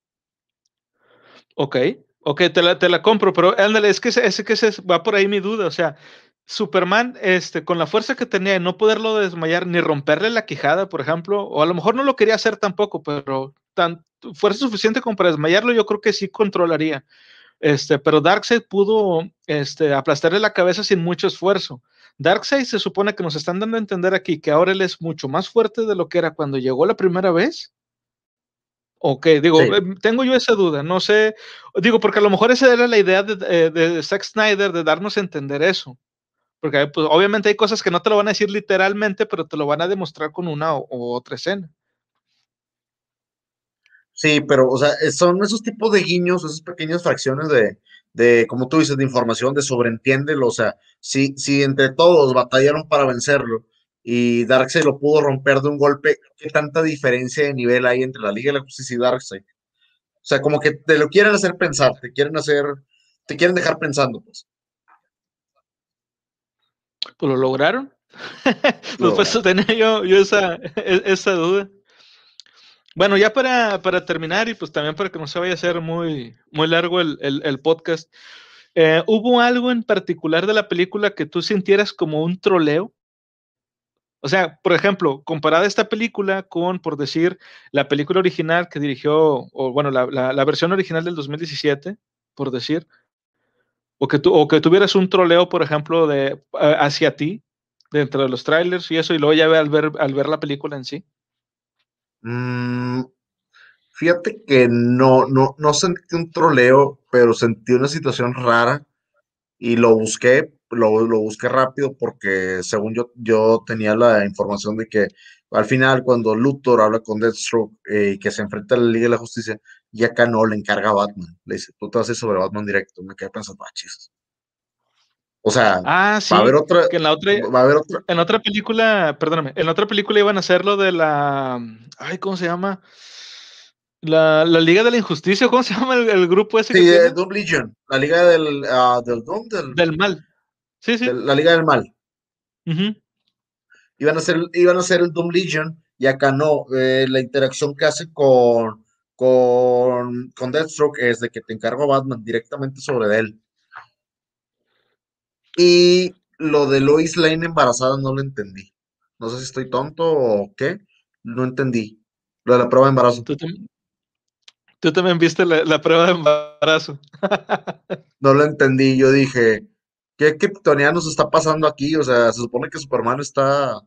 Ok, ok, te la, te la compro, pero ándale, es que, ese, es que ese va por ahí mi duda, o sea, Superman, este, con la fuerza que tenía de no poderlo desmayar ni romperle la quijada, por ejemplo, o a lo mejor no lo quería hacer tampoco, pero tan fuerza suficiente como para desmayarlo, yo creo que sí controlaría. Este, pero Darkseid pudo, este, aplastarle la cabeza sin mucho esfuerzo. Darkseid se supone que nos están dando a entender aquí que ahora él es mucho más fuerte de lo que era cuando llegó la primera vez. Ok, digo, Sí, eh, tengo yo esa duda, no sé, digo, porque a lo mejor esa era la idea de, de, de Zack Snyder de darnos a entender eso, porque pues, obviamente hay cosas que no te lo van a decir literalmente, pero te lo van a demostrar con una o, o otra escena. sí, pero, o sea, eh, son esos tipos de guiños, esas pequeñas fracciones de, de, como tú dices, de información, de sobreentiéndelo. O sea, si, si entre todos batallaron para vencerlo y Darkseid lo pudo romper de un golpe, ¿qué tanta diferencia de nivel hay entre la Liga de la Justicia y Darkseid? O sea, como que te lo quieren hacer pensar, te quieren hacer, te quieren dejar pensando, pues. Pues lo lograron. Lo Pues, pues lograron. tenía yo, yo esa, e, esa duda. Bueno, ya para, para terminar y pues también para que no se vaya a hacer muy, muy largo el, el, el podcast, eh, ¿hubo algo en particular de la película que tú sintieras como un troleo? O sea, por ejemplo, comparada esta película con, por decir, la película original que dirigió, o bueno, la, la, la versión original del dos mil diecisiete, por decir, o que, tu, o que tuvieras un troleo, por ejemplo, de, uh, hacia ti, dentro de los trailers y eso, y luego ya ve al ver, al ver la película en sí. Mm, fíjate que no, no, no sentí un troleo, pero sentí una situación rara y lo busqué, lo, lo busqué rápido porque según yo, yo tenía la información de que al final cuando Luthor habla con Deathstroke eh, y que se enfrenta a la Liga de la Justicia, y acá no le encarga a Batman. Le dice, tú te vas a ir sobre Batman directo. Me quedé pensando, ah, chis. O sea, Ah, va a haber sí, otra, que en la otra, va a haber otra. en otra película, perdóname, en otra película iban a hacer lo de la, ay, ¿cómo se llama? La, la Liga de la Injusticia, ¿cómo se llama el, el grupo ese Sí, que eh, tienen? Doom Legion, la Liga del, ah, del Doom, del, Del mal. Sí, de sí. la Liga del Mal. Uh-huh. Iban a ser, iban a ser el Doom Legion y acá no. Eh, la interacción que hace con, con, con Deathstroke es de que te encargo a Batman directamente sobre él. Y lo de Lois Lane embarazada no lo entendí. No sé si estoy tonto o qué. No entendí. Lo de la prueba de embarazo. ¿Tú, tam- tú también viste la, la prueba de embarazo? No lo entendí. Yo dije, ¿qué kryptoniano se está pasando aquí? O sea, se supone que Superman está,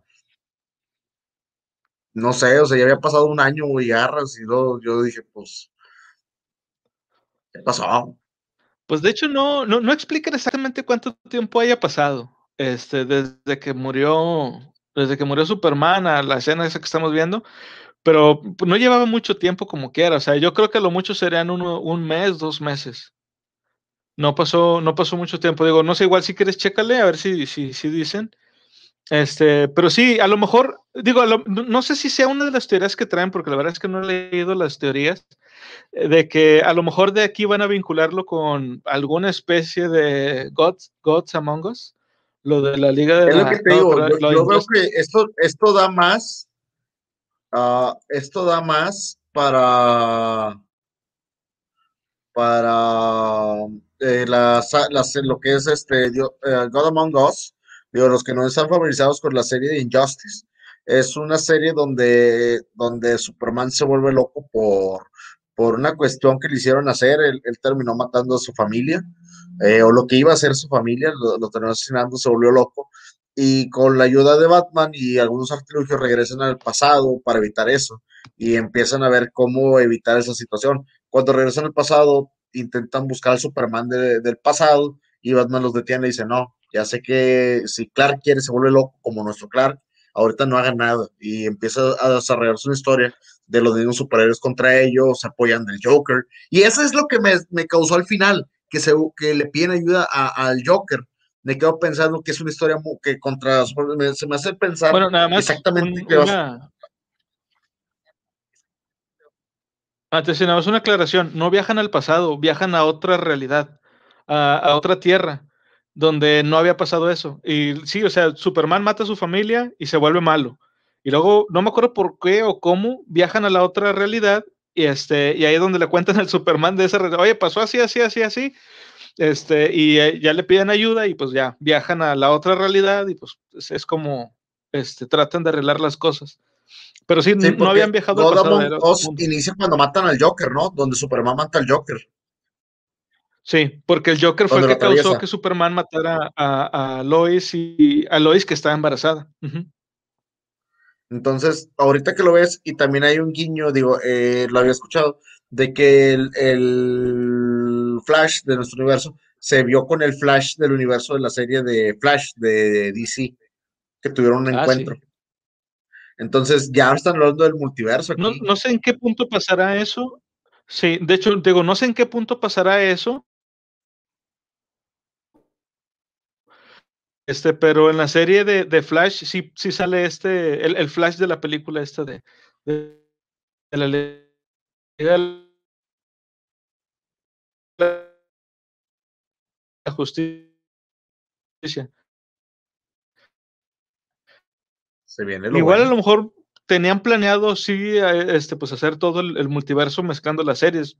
no sé, o sea, ya había pasado un año y garras y luego yo dije, pues, ¿qué pasó? Pues de hecho no, no, no explican exactamente cuánto tiempo haya pasado, este, desde que murió, desde que murió Superman a la escena esa que estamos viendo, pero pues, no llevaba mucho tiempo como quiera, o sea, yo creo que a lo mucho serían uno- un mes, dos meses. No pasó, no pasó mucho tiempo. Digo, no sé, igual si quieres, chécale, a ver si, si, si dicen. Este, pero sí, a lo mejor, digo, lo, no, no sé si sea una de las teorías que traen, porque la verdad es que no he leído las teorías, eh, de que a lo mejor de aquí van a vincularlo con alguna especie de Gods, Gods Among Us, lo de la Liga de Es lo que la, te no, digo, pero yo, lo de yo veo que Injustice. esto, esto da más, ah, esto da más para, para eh, las, las- lo que es este dio- eh, God Among Us. Digo, los que no están familiarizados con la serie de Injustice, es una serie donde, donde Superman se vuelve loco por, por una cuestión que le hicieron hacer. Él, él terminó matando a su familia, eh, o lo que iba a hacer su familia, lo, lo terminó asesinando, se volvió loco. Y con la ayuda de Batman y algunos artilugios regresan al pasado para evitar eso y empiezan a ver cómo evitar esa situación. Cuando regresan al pasado, intentan buscar al Superman de- del pasado y Batman los detiene y dice, no, ya sé que si Clark quiere se vuelve loco como nuestro Clark, ahorita no hagan nada. Y empieza a desarrollarse una historia de los mismos superhéroes contra ellos, se apoyan del Joker. Y eso es lo que me, me causó al final, que, se, que le piden ayuda a- al Joker. Me quedo pensando que es una historia mu- que contra, me- se me hace pensar Bueno, nada más exactamente un, que va. una, antes de nada más una aclaración, no viajan al pasado, viajan a otra realidad, a, a otra tierra, donde no había pasado eso. Y sí, o sea, Superman mata a su familia y se vuelve malo. Y luego, no me acuerdo por qué o cómo, viajan a la otra realidad y, este, y ahí es donde le cuentan al Superman de esa realidad, oye, pasó así, así, así, así, este, y eh, ya le piden ayuda y pues ya viajan a la otra realidad y pues es, es como este, tratan de arreglar las cosas. Pero sí, Sí, no porque habían viajado al God pasado, Among era otro Us mundo. inicia cuando matan al Joker, ¿no? Donde Superman mata al Joker, Sí, porque el Joker fue el donde lo que causó atraviesa. que Superman matara a, a Lois y a Lois que estaba embarazada. Ujú. Entonces, ahorita que lo ves, y también hay un guiño, digo, eh, lo había escuchado, de que el, el Flash de nuestro universo se vio con el Flash del universo de la serie de Flash de D C, que tuvieron un Ah, encuentro. sí. Entonces, ya están hablando del multiverso No, aquí. no sé en qué punto pasará eso. Sí, de hecho, digo, no sé en qué punto pasará eso, este, pero en la serie de, de Flash sí, sí sale este, el, el Flash de la película esta de, de, de la Liga de la Justicia. Se viene lo Igual a bueno. lo mejor tenían planeado, sí, eh, este, pues hacer todo el, el multiverso mezclando las series.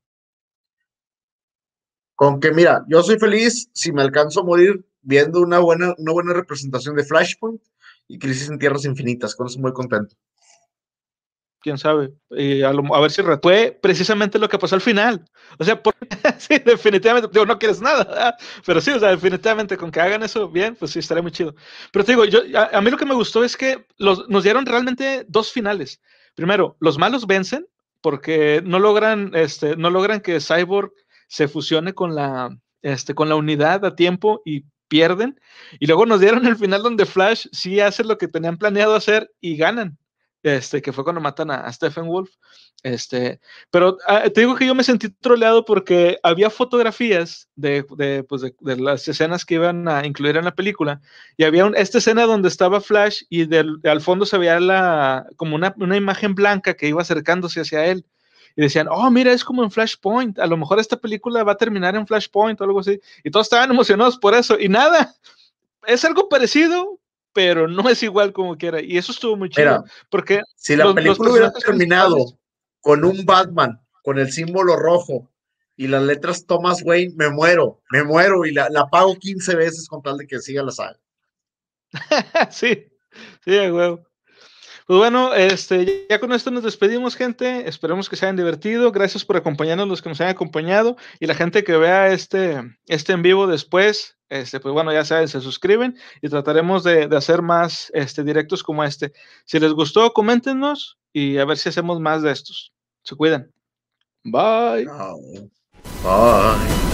Con que, mira, yo soy feliz si me alcanzo a morir viendo una buena, una buena representación de Flashpoint y Crisis en Tierras Infinitas. Con eso muy contento. Quién sabe, y a, lo, a, ver si fue precisamente lo que pasó al final. O sea, por, sí, definitivamente, digo, no quieres nada, ¿verdad? Pero sí, o sea, definitivamente con que hagan eso bien, pues sí, estaría muy chido. Pero te digo, yo, a, a mí lo que me gustó es que los, nos dieron realmente dos finales. Primero, los malos vencen porque no logran, este, no logran que Cyborg se fusione con la, este, con la unidad a tiempo y pierden. Y luego nos dieron el final donde Flash sí hace lo que tenían planeado hacer y ganan. Este, que fue cuando matan a, a Stephen Wolf. Este, pero uh, te digo que yo me sentí troleado porque había fotografías de, de, pues de, de, las escenas que iban a incluir en la película y había un, esta escena donde estaba Flash y del, de, al fondo se veía la, como una, una imagen blanca que iba acercándose hacia él. Y decían, oh, mira, es como en Flashpoint. A lo mejor esta película va a terminar en Flashpoint o algo así. Y todos estaban emocionados por eso. Y nada, es algo parecido, pero no es igual como quiera. Y eso estuvo muy chido, Mira, porque si la los, los película hubiera personajes terminado principales, con un Batman con el símbolo rojo y las letras Thomas Wayne, me muero, me muero y la, la pago quince veces con tal de que siga la saga. sí, sí, güey. Pues bueno, este, ya con esto nos despedimos, gente. Esperemos que se hayan divertido. Gracias por acompañarnos, los que nos hayan acompañado. Y la gente que vea este, este en vivo después, este, pues bueno, ya saben, se suscriben y trataremos de, de hacer más este, directos como este. Si les gustó, coméntenos y a ver si hacemos más de estos. Se cuidan. Bye. No. Bye.